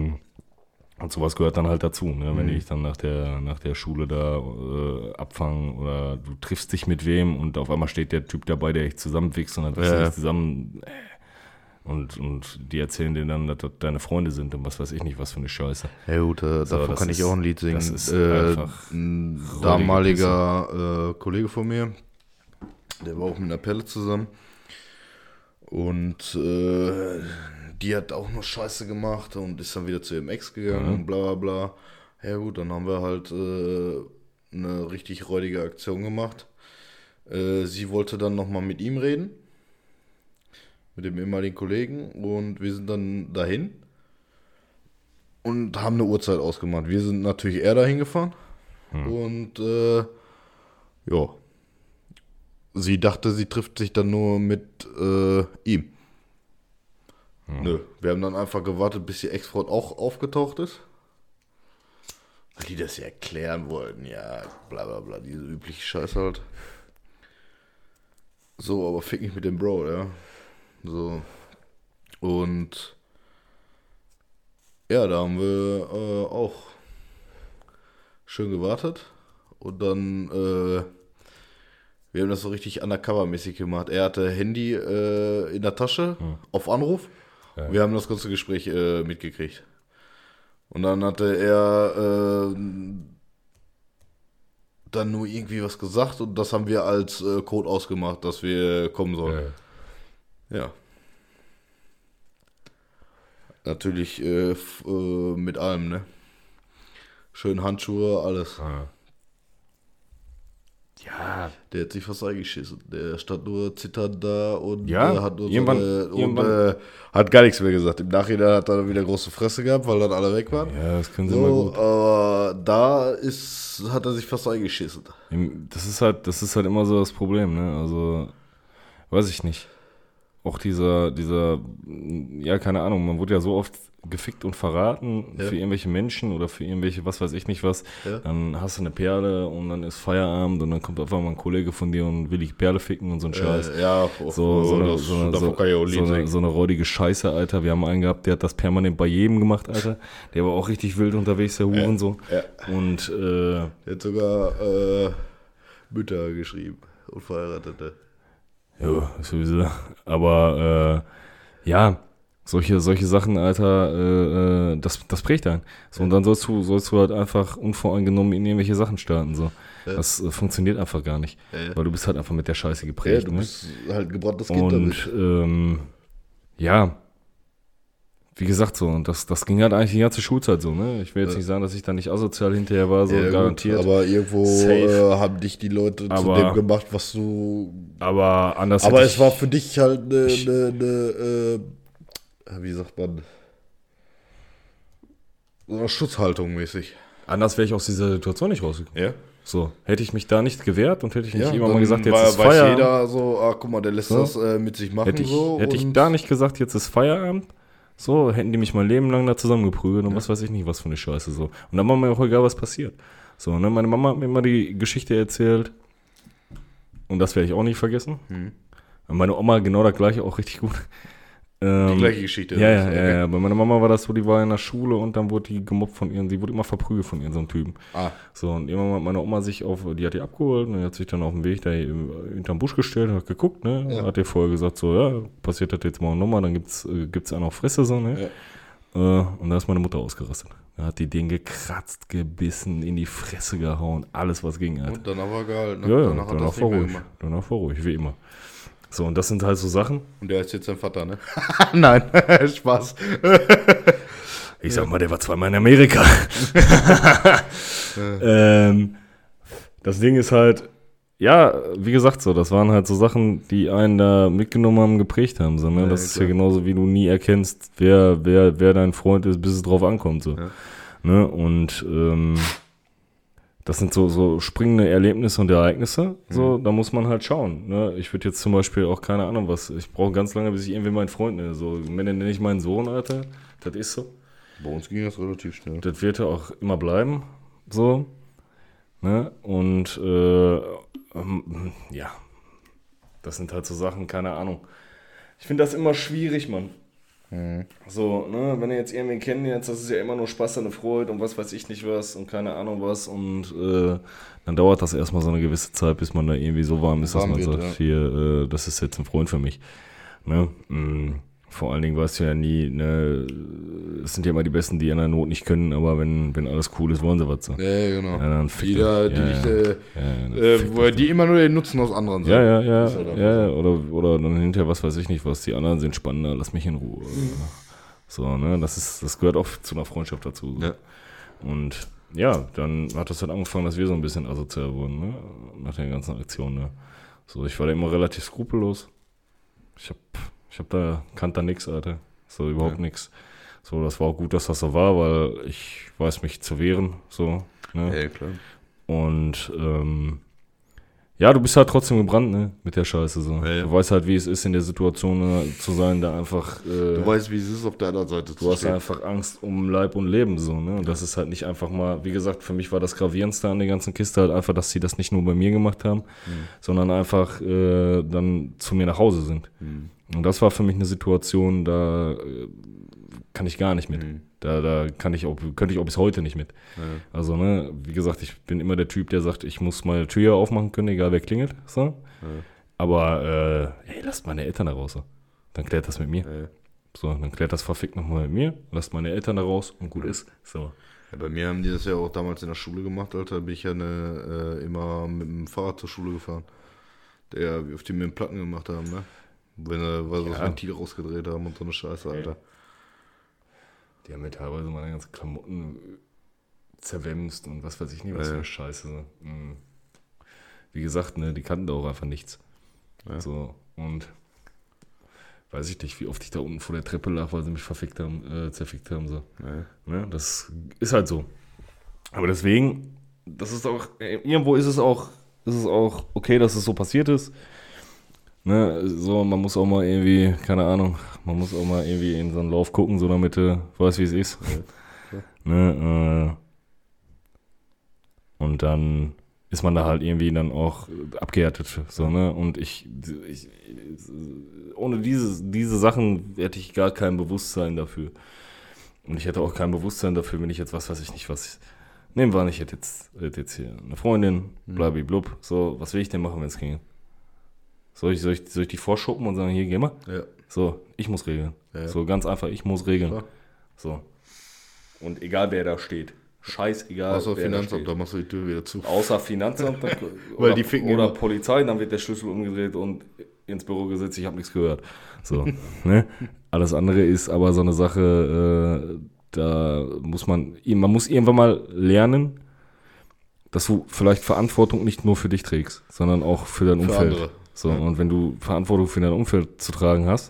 Und sowas gehört dann halt dazu. Ne? Wenn Mhm. die dich dann nach der, nach der Schule da äh, abfangen oder du triffst dich mit wem und auf einmal steht der Typ dabei, der dich zusammenwichst und dann triffst Ja. du dich zusammen. Äh, und, und die erzählen dir dann, dass das deine Freunde sind und was weiß ich nicht, was für eine Scheiße. Ja gut, äh, So, davon das kann ist- ich auch ein Lied singen. das ist äh, einfach ein räudige damaliger äh, Kollege von mir, der war auch mit einer Pelle zusammen. Und äh, die hat auch noch Scheiße gemacht und ist dann wieder zu ihrem Ex gegangen Mhm. und bla bla bla. Ja gut, dann haben wir halt äh, eine richtig räudige Aktion gemacht. Äh, sie wollte dann nochmal mit ihm reden, mit dem ehemaligen Kollegen, und wir sind dann dahin und haben eine Uhrzeit ausgemacht. Wir sind natürlich eher dahin gefahren und äh, ja, sie dachte, sie trifft sich dann nur mit äh, ihm. Nö, wir haben dann einfach gewartet, bis die Ex-Frau auch aufgetaucht ist. Weil die das ja erklären wollten, ja, bla bla bla, diese übliche Scheiße halt. So, aber fick nicht mit dem Bro, ja. So. Und ja, da haben wir äh, auch schön gewartet. Und dann, äh, wir haben das so richtig undercover-mäßig gemacht. Er hatte Handy äh, in der Tasche auf Anruf. Ja. Wir haben das ganze Gespräch äh, mitgekriegt. Und dann hatte er äh, dann nur irgendwie was gesagt und das haben wir als äh, Code ausgemacht, dass wir kommen sollen. Ja. Ja. Natürlich äh, f- äh, mit allem, ne? Schön Handschuhe, alles. Ah. Ja, Der hat sich fast eingeschissen. Der stand nur zitternd da und Ja, äh, hat nur irgendwann- so eine, und irgendwann- äh, hat gar nichts mehr gesagt. Im Nachhinein hat er dann wieder große Fresse gehabt, weil dann alle weg waren. ja, das können sie mal So, gut. aber da ist, hat er sich fast eingeschissen. Im- Das ist halt, das ist halt immer so das Problem, ne? Also, weiß ich nicht. auch dieser, dieser, ja, keine Ahnung, man wurde ja so oft gefickt und verraten Ja. für irgendwelche Menschen oder für irgendwelche, was weiß ich nicht was. Ja. Dann hast du eine Perle und dann ist Feierabend und dann kommt einfach mal ein Kollege von dir und will die Perle ficken und so ein Scheiß. Äh, ja, So, so, eine, das, so, eine, davon so, kann ich auch so, Lied eine, singen. so eine räudige Scheiße, Alter. Wir haben einen gehabt, der hat das permanent bei jedem gemacht, Alter. Der war auch richtig wild unterwegs, der Huren so. Ja. Und äh, Der hat sogar äh, Mütter geschrieben und Verheiratete. ja, sowieso. Aber äh, ja, solche, solche Sachen, Alter, äh, äh, das, das prägt einen. So, und dann sollst du, sollst du halt einfach unvoreingenommen in irgendwelche Sachen starten. So. Ja. Das äh, funktioniert einfach gar nicht. Ja, ja. Weil du bist halt einfach mit der Scheiße Ja, geprägt. du ne? bist halt gebranntes Kind Und damit. ähm, ja, wie gesagt, so, und das, das ging halt eigentlich die ganze Schulzeit so, ne? Ich will jetzt Ja. nicht sagen, dass ich da nicht asozial hinterher war, so Ja, gut, garantiert. aber irgendwo Safe. äh, haben dich die Leute zu Aber- dem gemacht, was du. Aber anders Aber hätte es ich- war für dich halt eine, ich- eine, eine äh, wie sagt man, so eine Schutzhaltung mäßig. anders wäre ich aus dieser Situation nicht rausgekommen. Ja. So, hätte ich mich da nicht gewehrt und hätte ich nicht Ja, immer mal dann gesagt, jetzt war, ist weiß Feierabend. jeder so, ah, guck mal, der lässt So. das äh, mit sich machen Hätte ich, so. hätte ich und- da nicht gesagt, jetzt ist Feierabend, so, hätten die mich mein Leben lang da zusammengeprügelt und was weiß ich nicht, was für eine Scheiße so. Und dann war mir auch egal, was passiert. So, ne, meine Mama hat mir immer die Geschichte erzählt und das werde ich auch nicht vergessen. Mhm. Und meine Oma genau das gleiche, auch richtig gut. Ähm, Die gleiche Geschichte. Ja, ja, Okay. ja, ja. Bei meiner Mama war das so, die war in der Schule und dann wurde die gemobbt von ihren, sie wurde immer verprügelt von ihren so einem Typen. Ah, So, und irgendwann hat meine Oma sich auf, die hat die abgeholt und die hat sich dann auf dem Weg da hinterm Busch gestellt, hat geguckt, ne, Ja. hat ihr vorher gesagt, so, ja, passiert das jetzt morgen nochmal, dann gibt's, äh, gibt's einen auf Fresse, so, ne, äh, und da ist meine Mutter ausgerastet. Da hat die den gekratzt, gebissen, in die Fresse gehauen, alles was ging, Alter. und danach war geil. Ne? Ja, ja, danach hat danach das war nicht mehr ruhig, gemacht. danach war ruhig, wie immer. So, und das sind halt so Sachen, Und der ist jetzt sein Vater, ne? Nein, Spaß. ich sag mal, der war zweimal in Amerika. ähm, das Ding ist halt, ja, wie gesagt so, das waren halt so Sachen, die einen da mitgenommen haben, geprägt haben. So, ne? Ja, das ja, ist klar. ja genauso, wie du nie erkennst, wer, wer, wer dein Freund ist, bis es drauf ankommt. So. Ja. Ne? Und ähm, das sind so, so springende Erlebnisse und Ereignisse. So, da muss man halt schauen. Ne? Ich würde jetzt zum Beispiel auch, keine Ahnung was, ich brauche ganz lange, bis ich irgendwie meinen Freund nenne. So, nenne nenne ich meinen Sohn, Alter. Das ist so. Bei uns ging das relativ schnell. Das wird ja auch immer bleiben. So. Ne? Und äh, ähm, ja, das sind halt so Sachen, keine Ahnung. Ich finde das immer schwierig, Mann. Mhm. So, ne, wenn ihr jetzt irgendwie kennenlernt, das ist ja immer nur Spaß und Freude und was weiß ich nicht was und keine Ahnung was und äh, dann dauert das erstmal so eine gewisse Zeit, bis man da irgendwie so warm ist, dass Warm man wird, sagt, ja. hier, äh, das ist jetzt ein Freund für mich. Ne? Mm, vor allen Dingen weißt du ja nie, ne, es sind ja immer die Besten, die in der Not nicht können, aber wenn, wenn alles cool ist, wollen sie was. So. Ja, ja, genau. Ja, dann fickt Jeder, euch. die Ja, nicht, ja. äh, Ja, ja, dann äh, fickt wo euch die immer nur den Nutzen aus anderen sehen. Ja, ja, ja, Ist halt einfach ja, ja. Oder, oder dann hinterher, was weiß ich nicht, was, die anderen sind spannender, lass mich in Ruhe. So, ne, das ist, das gehört auch zu einer Freundschaft dazu. So. Ja. Und ja, dann hat das halt angefangen, dass wir so ein bisschen asozial wurden, ne, nach den ganzen Aktionen, ne. So, ich war da immer relativ skrupellos. Ich hab, ich hab da, kannte da nix, Alter. So, überhaupt Ja. nix. So, das war auch gut, dass das so war, weil ich weiß mich zu wehren, so, ne. Ja, klar. Und ähm, ja, du bist halt trotzdem gebrannt, ne, mit der Scheiße so. Ja, ja. Du weißt halt, wie es ist, in der Situation äh, zu sein, da einfach äh, Du weißt, wie es ist, auf der anderen Seite du hast einfach Angst um Leib und Leben so, ne? Und das ist halt nicht einfach mal, wie gesagt, für mich war das Gravierendste an der ganzen Kiste halt einfach, dass sie das nicht nur bei mir gemacht haben, sondern einfach äh, dann zu mir nach Hause sind. Mhm. Und das war für mich eine Situation, da äh, kann ich gar nicht mit. Mhm. Da, da kann ich auch, könnte ich auch bis heute nicht mit. Ja. Also, ne, wie gesagt, ich bin immer der Typ, der sagt, ich muss meine Tür aufmachen können, egal wer klingelt. So. Ja. Aber, äh, ey, lasst meine Eltern da raus. So. Dann klärt das mit mir. Ja. So, dann klärt das verfickt nochmal mit mir, lasst meine Eltern da raus und gut ist. So. Ja, bei mir haben die das ja auch damals in der Schule gemacht, Alter. Bin ich ja eine, äh, immer mit dem Fahrrad zur Schule gefahren. Der, auf die mir einen Platten gemacht haben, ne? Wenn sie weil sie das Ja. Ventil rausgedreht haben und so eine Scheiße, Alter. Die haben mir teilweise meine ganzen Klamotten zerwämst und was weiß ich nicht, was Ja, für ja. eine Scheiße. Mhm. Wie gesagt, ne, die kannten da auch einfach nichts. Ja. So, und weiß ich nicht, wie oft ich da unten vor der Treppe lag, weil sie mich verfickt haben, äh, zerfickt haben. So. Ja. Ne, das ist halt so. Aber deswegen, das ist auch, äh, irgendwo ist es auch, ist es auch okay, dass es so passiert ist. Ne, so, man muss auch mal irgendwie, keine Ahnung, man muss auch mal irgendwie in so einen Lauf gucken, so damit du weißt, wie es ist. Ja. Ne, äh, und dann ist man da halt irgendwie dann auch abgehärtet. So, ne? Und ich, ich ohne diese, diese Sachen hätte ich gar kein Bewusstsein dafür. Und ich hätte auch kein Bewusstsein dafür, wenn ich jetzt, was weiß ich nicht, was. Nehmen wir an, ich hätte jetzt, hätte jetzt hier eine Freundin, blablablub. So, was will ich denn machen, wenn es ging? Soll ich, soll, ich, soll ich die vorschuppen und sagen, hier, geh mal? Ja. So, ich muss regeln. Ja. So, ganz einfach, ich muss regeln. Klar. So. Und egal, wer da steht. Scheißegal. Außer wer Finanzamt, da da machst du die Tür wieder zu. Außer Finanzamt dann, Weil oder, die ficken oder immer. Polizei, dann wird der Schlüssel umgedreht und ins Büro gesetzt, ich habe nichts gehört. So, ne? Alles andere ist aber so eine Sache, äh, da muss man, man muss irgendwann mal lernen, dass du vielleicht Verantwortung nicht nur für dich trägst, sondern auch für dein Für Umfeld. andere. So, Ja. und wenn du Verantwortung für dein Umfeld zu tragen hast,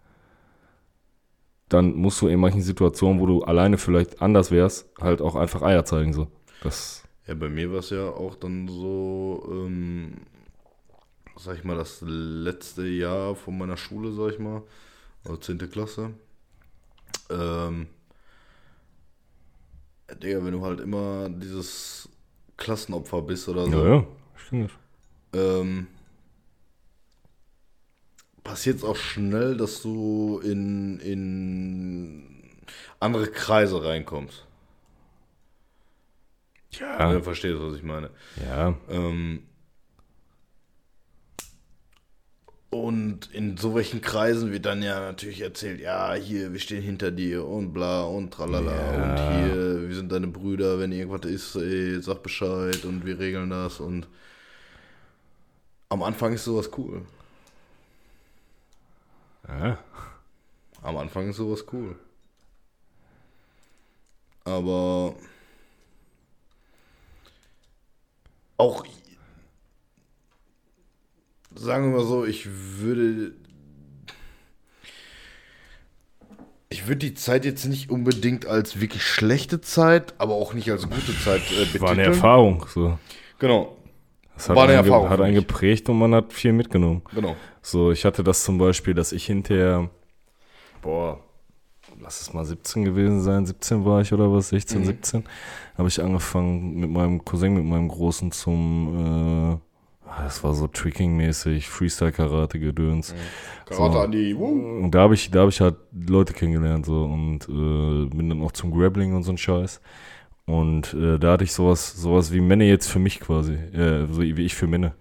dann musst du in manchen Situationen, wo du alleine vielleicht anders wärst, halt auch einfach Eier zeigen. So. Das, Ja, bei mir war es ja auch dann so, ähm, sag ich mal, das letzte Jahr von meiner Schule, sag ich mal, also zehnte Klasse. Ähm, ja, Digga, wenn du halt immer dieses Klassenopfer bist oder so, ja, ja, stimmt. ähm, passiert es auch schnell, dass du in, in andere Kreise reinkommst. Ja, Wenn du verstehst, was ich meine. ja, Ähm, und in so welchen Kreisen wird dann ja natürlich erzählt, ja, hier, wir stehen hinter dir und bla und tralala Ja. und hier, wir sind deine Brüder, wenn irgendwas ist, ey, sag Bescheid und wir regeln das und am Anfang ist sowas cool. ja. Am Anfang ist sowas cool. Aber auch, sagen wir mal so, ich würde, ich würde die Zeit jetzt nicht unbedingt als wirklich schlechte Zeit, aber auch nicht als gute Zeit äh, betiteln. War eine Erfahrung. So. Genau, Das hat War eine einen, ge- Erfahrung hat für einen mich. geprägt und man hat viel mitgenommen. genau. So, ich hatte das zum Beispiel, dass ich hinterher, boah, lass es mal siebzehn gewesen sein, siebzehn war ich oder was, sechzehn, Mhm. siebzehn, habe ich angefangen mit meinem Cousin, mit meinem Großen zum, äh, ah, das war so Tricking-mäßig, Freestyle-Karate-Gedöns. Karate So. an die, uh. Und da habe ich, da habe ich halt Leute kennengelernt so und äh, bin dann auch zum Grappling und so ein Scheiß. Und äh, da hatte ich sowas, sowas wie Männer jetzt für mich quasi, äh, so wie ich für Männer.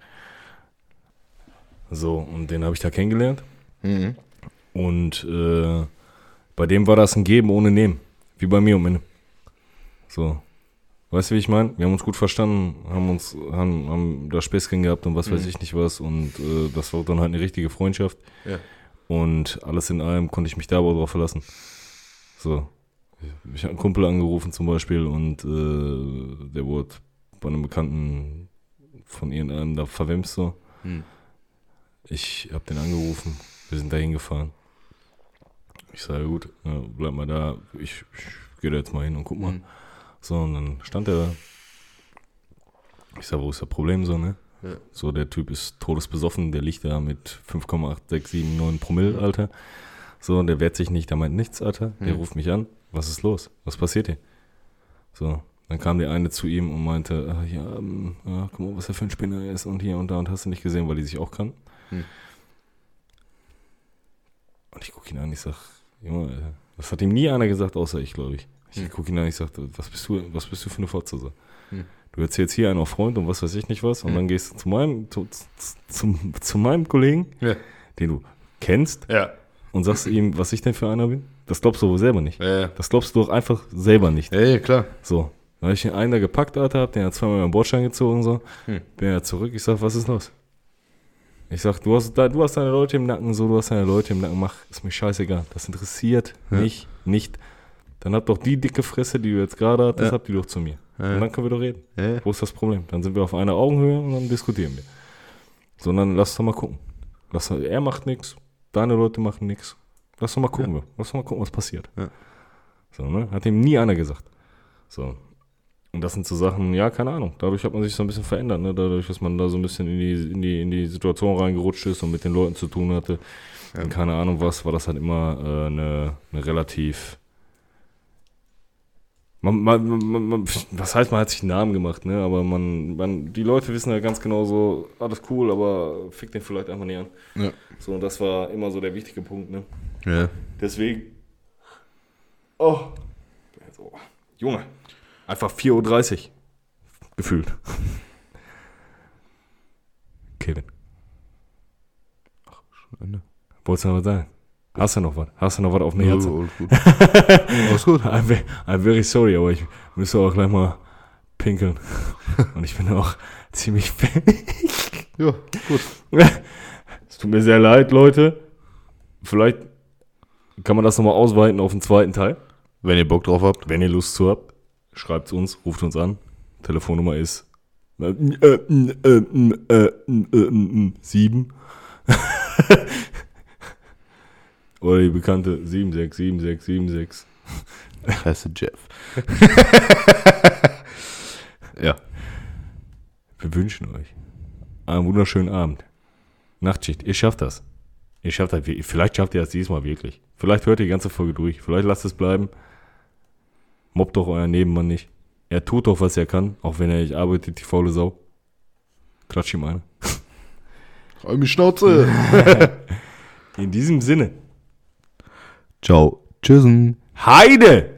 So, und den habe ich da kennengelernt. Mhm. Und äh, bei dem war das ein Geben ohne Nehmen. Wie bei mir und Männer. So. Weißt du, wie ich meine? Wir haben uns gut verstanden, haben uns, haben, haben da Späßchen gehabt und was weiß Mhm. ich nicht was. Und äh, das war dann halt eine richtige Freundschaft. Ja. Und alles in allem konnte ich mich da aber drauf verlassen. So. Ich habe einen Kumpel angerufen zum Beispiel und äh, der wurde bei einem Bekannten von irgendeinem da verwemst so. Mhm. Ich habe den angerufen, wir sind da hingefahren. Ich sage, gut, ja, bleib mal da, ich, ich gehe da jetzt mal hin und guck mal. Mhm. So, und dann stand er da. Ich sage, wo ist das Problem so, ne? Ja. So, der Typ ist todesbesoffen, der liegt da mit fünf Komma acht sechs sieben neun Promille, Alter. So, und der wehrt sich nicht, der meint nichts, Alter. Der Mhm. ruft mich an, was ist los? Was passiert hier? So, dann kam der eine zu ihm und meinte, ah, ja, ähm, ah, guck mal, was er für ein Spinner ist und hier und da und hast du nicht gesehen, weil die sich auch kannten. Mhm. Und ich gucke ihn an, ich sag, Junge, Alter, das hat ihm nie einer gesagt, außer ich, glaube ich. Ich Hm. gucke ihn an, ich sag, was bist du, was bist du für eine Fotze? So. Hm. Du erzählst hier einen auf Freund und was weiß ich nicht was und Hm. dann gehst du zu meinem, zu, zu, zum, zu meinem Kollegen, Ja. den du kennst Ja. und sagst ihm, was ich denn für einer bin. Das glaubst du wohl selber nicht. Ja. Das glaubst du doch einfach selber nicht. Ja, ja, klar. So, da habe ich den einen da gepackt, Alter, hab den ja zweimal meinen Bordstein gezogen und so. Hm. Bin ja zurück, ich sag, was ist los? Ich sag, du hast, da, du hast deine Leute im Nacken, so, du hast deine Leute im Nacken, mach, ist mir scheißegal. Das interessiert Ja. mich nicht. Dann hab doch die dicke Fresse, die du jetzt gerade hattest, Ja. hab die doch zu mir. Ja. Und dann können wir doch reden. Ja. Wo ist das Problem? Dann sind wir auf einer Augenhöhe und dann diskutieren wir. Sondern lass doch mal gucken. Lass, er macht nichts, deine Leute machen nichts. Lass doch mal gucken. Lass doch mal gucken, was passiert. Ja. So, ne? Hat ihm nie einer gesagt. So. Und das sind so Sachen, ja, keine Ahnung. Dadurch hat man sich so ein bisschen verändert, ne? Dadurch, dass man da so ein bisschen in die, in die, in die Situation reingerutscht ist und mit den Leuten zu tun hatte. Ja. Keine Ahnung was, war das halt immer äh, eine, eine relativ... Man, man, man, man, was heißt, man hat sich einen Namen gemacht, ne? Aber man, man, die Leute wissen ja ganz genau so, alles cool, aber fick den vielleicht einfach nicht an. Ja. So, und das war immer so der wichtige Punkt, ne? Ja. Deswegen... Oh, so, Junge, einfach vier Uhr dreißig gefühlt. Kevin. Ach, schon Ende. Wolltest du noch was sagen? Hast du noch was? Hast du noch was auf dem Herzen? Ja, alles gut. Alles gut. I'm, I'm very sorry, aber ich müsste auch gleich mal pinkeln. Und ich bin auch ziemlich fertig. Ja, gut. Es tut mir sehr leid, Leute. Vielleicht kann man das nochmal ausweiten auf den zweiten Teil. Wenn ihr Bock drauf habt. Wenn ihr Lust zu habt, schreibt es uns, ruft uns an. Telefonnummer ist äh, äh, äh, äh, äh, sieben. Oder die bekannte sieben sechs sieben sechs sieben sechs. Ich heiße Jeff. Ja. Wir wünschen euch einen wunderschönen Abend. Nachtschicht, ihr schafft das. Ihr schafft das. Vielleicht schafft ihr das diesmal wirklich. Vielleicht hört ihr die ganze Folge durch. Vielleicht lasst es bleiben. Mobbt doch euren Nebenmann nicht. Er tut doch, was er kann, auch wenn er nicht arbeitet, die faule Sau. Klatsch ihm eine. Halt mich Schnauze. In diesem Sinne. Ciao. Tschüssen. Heide!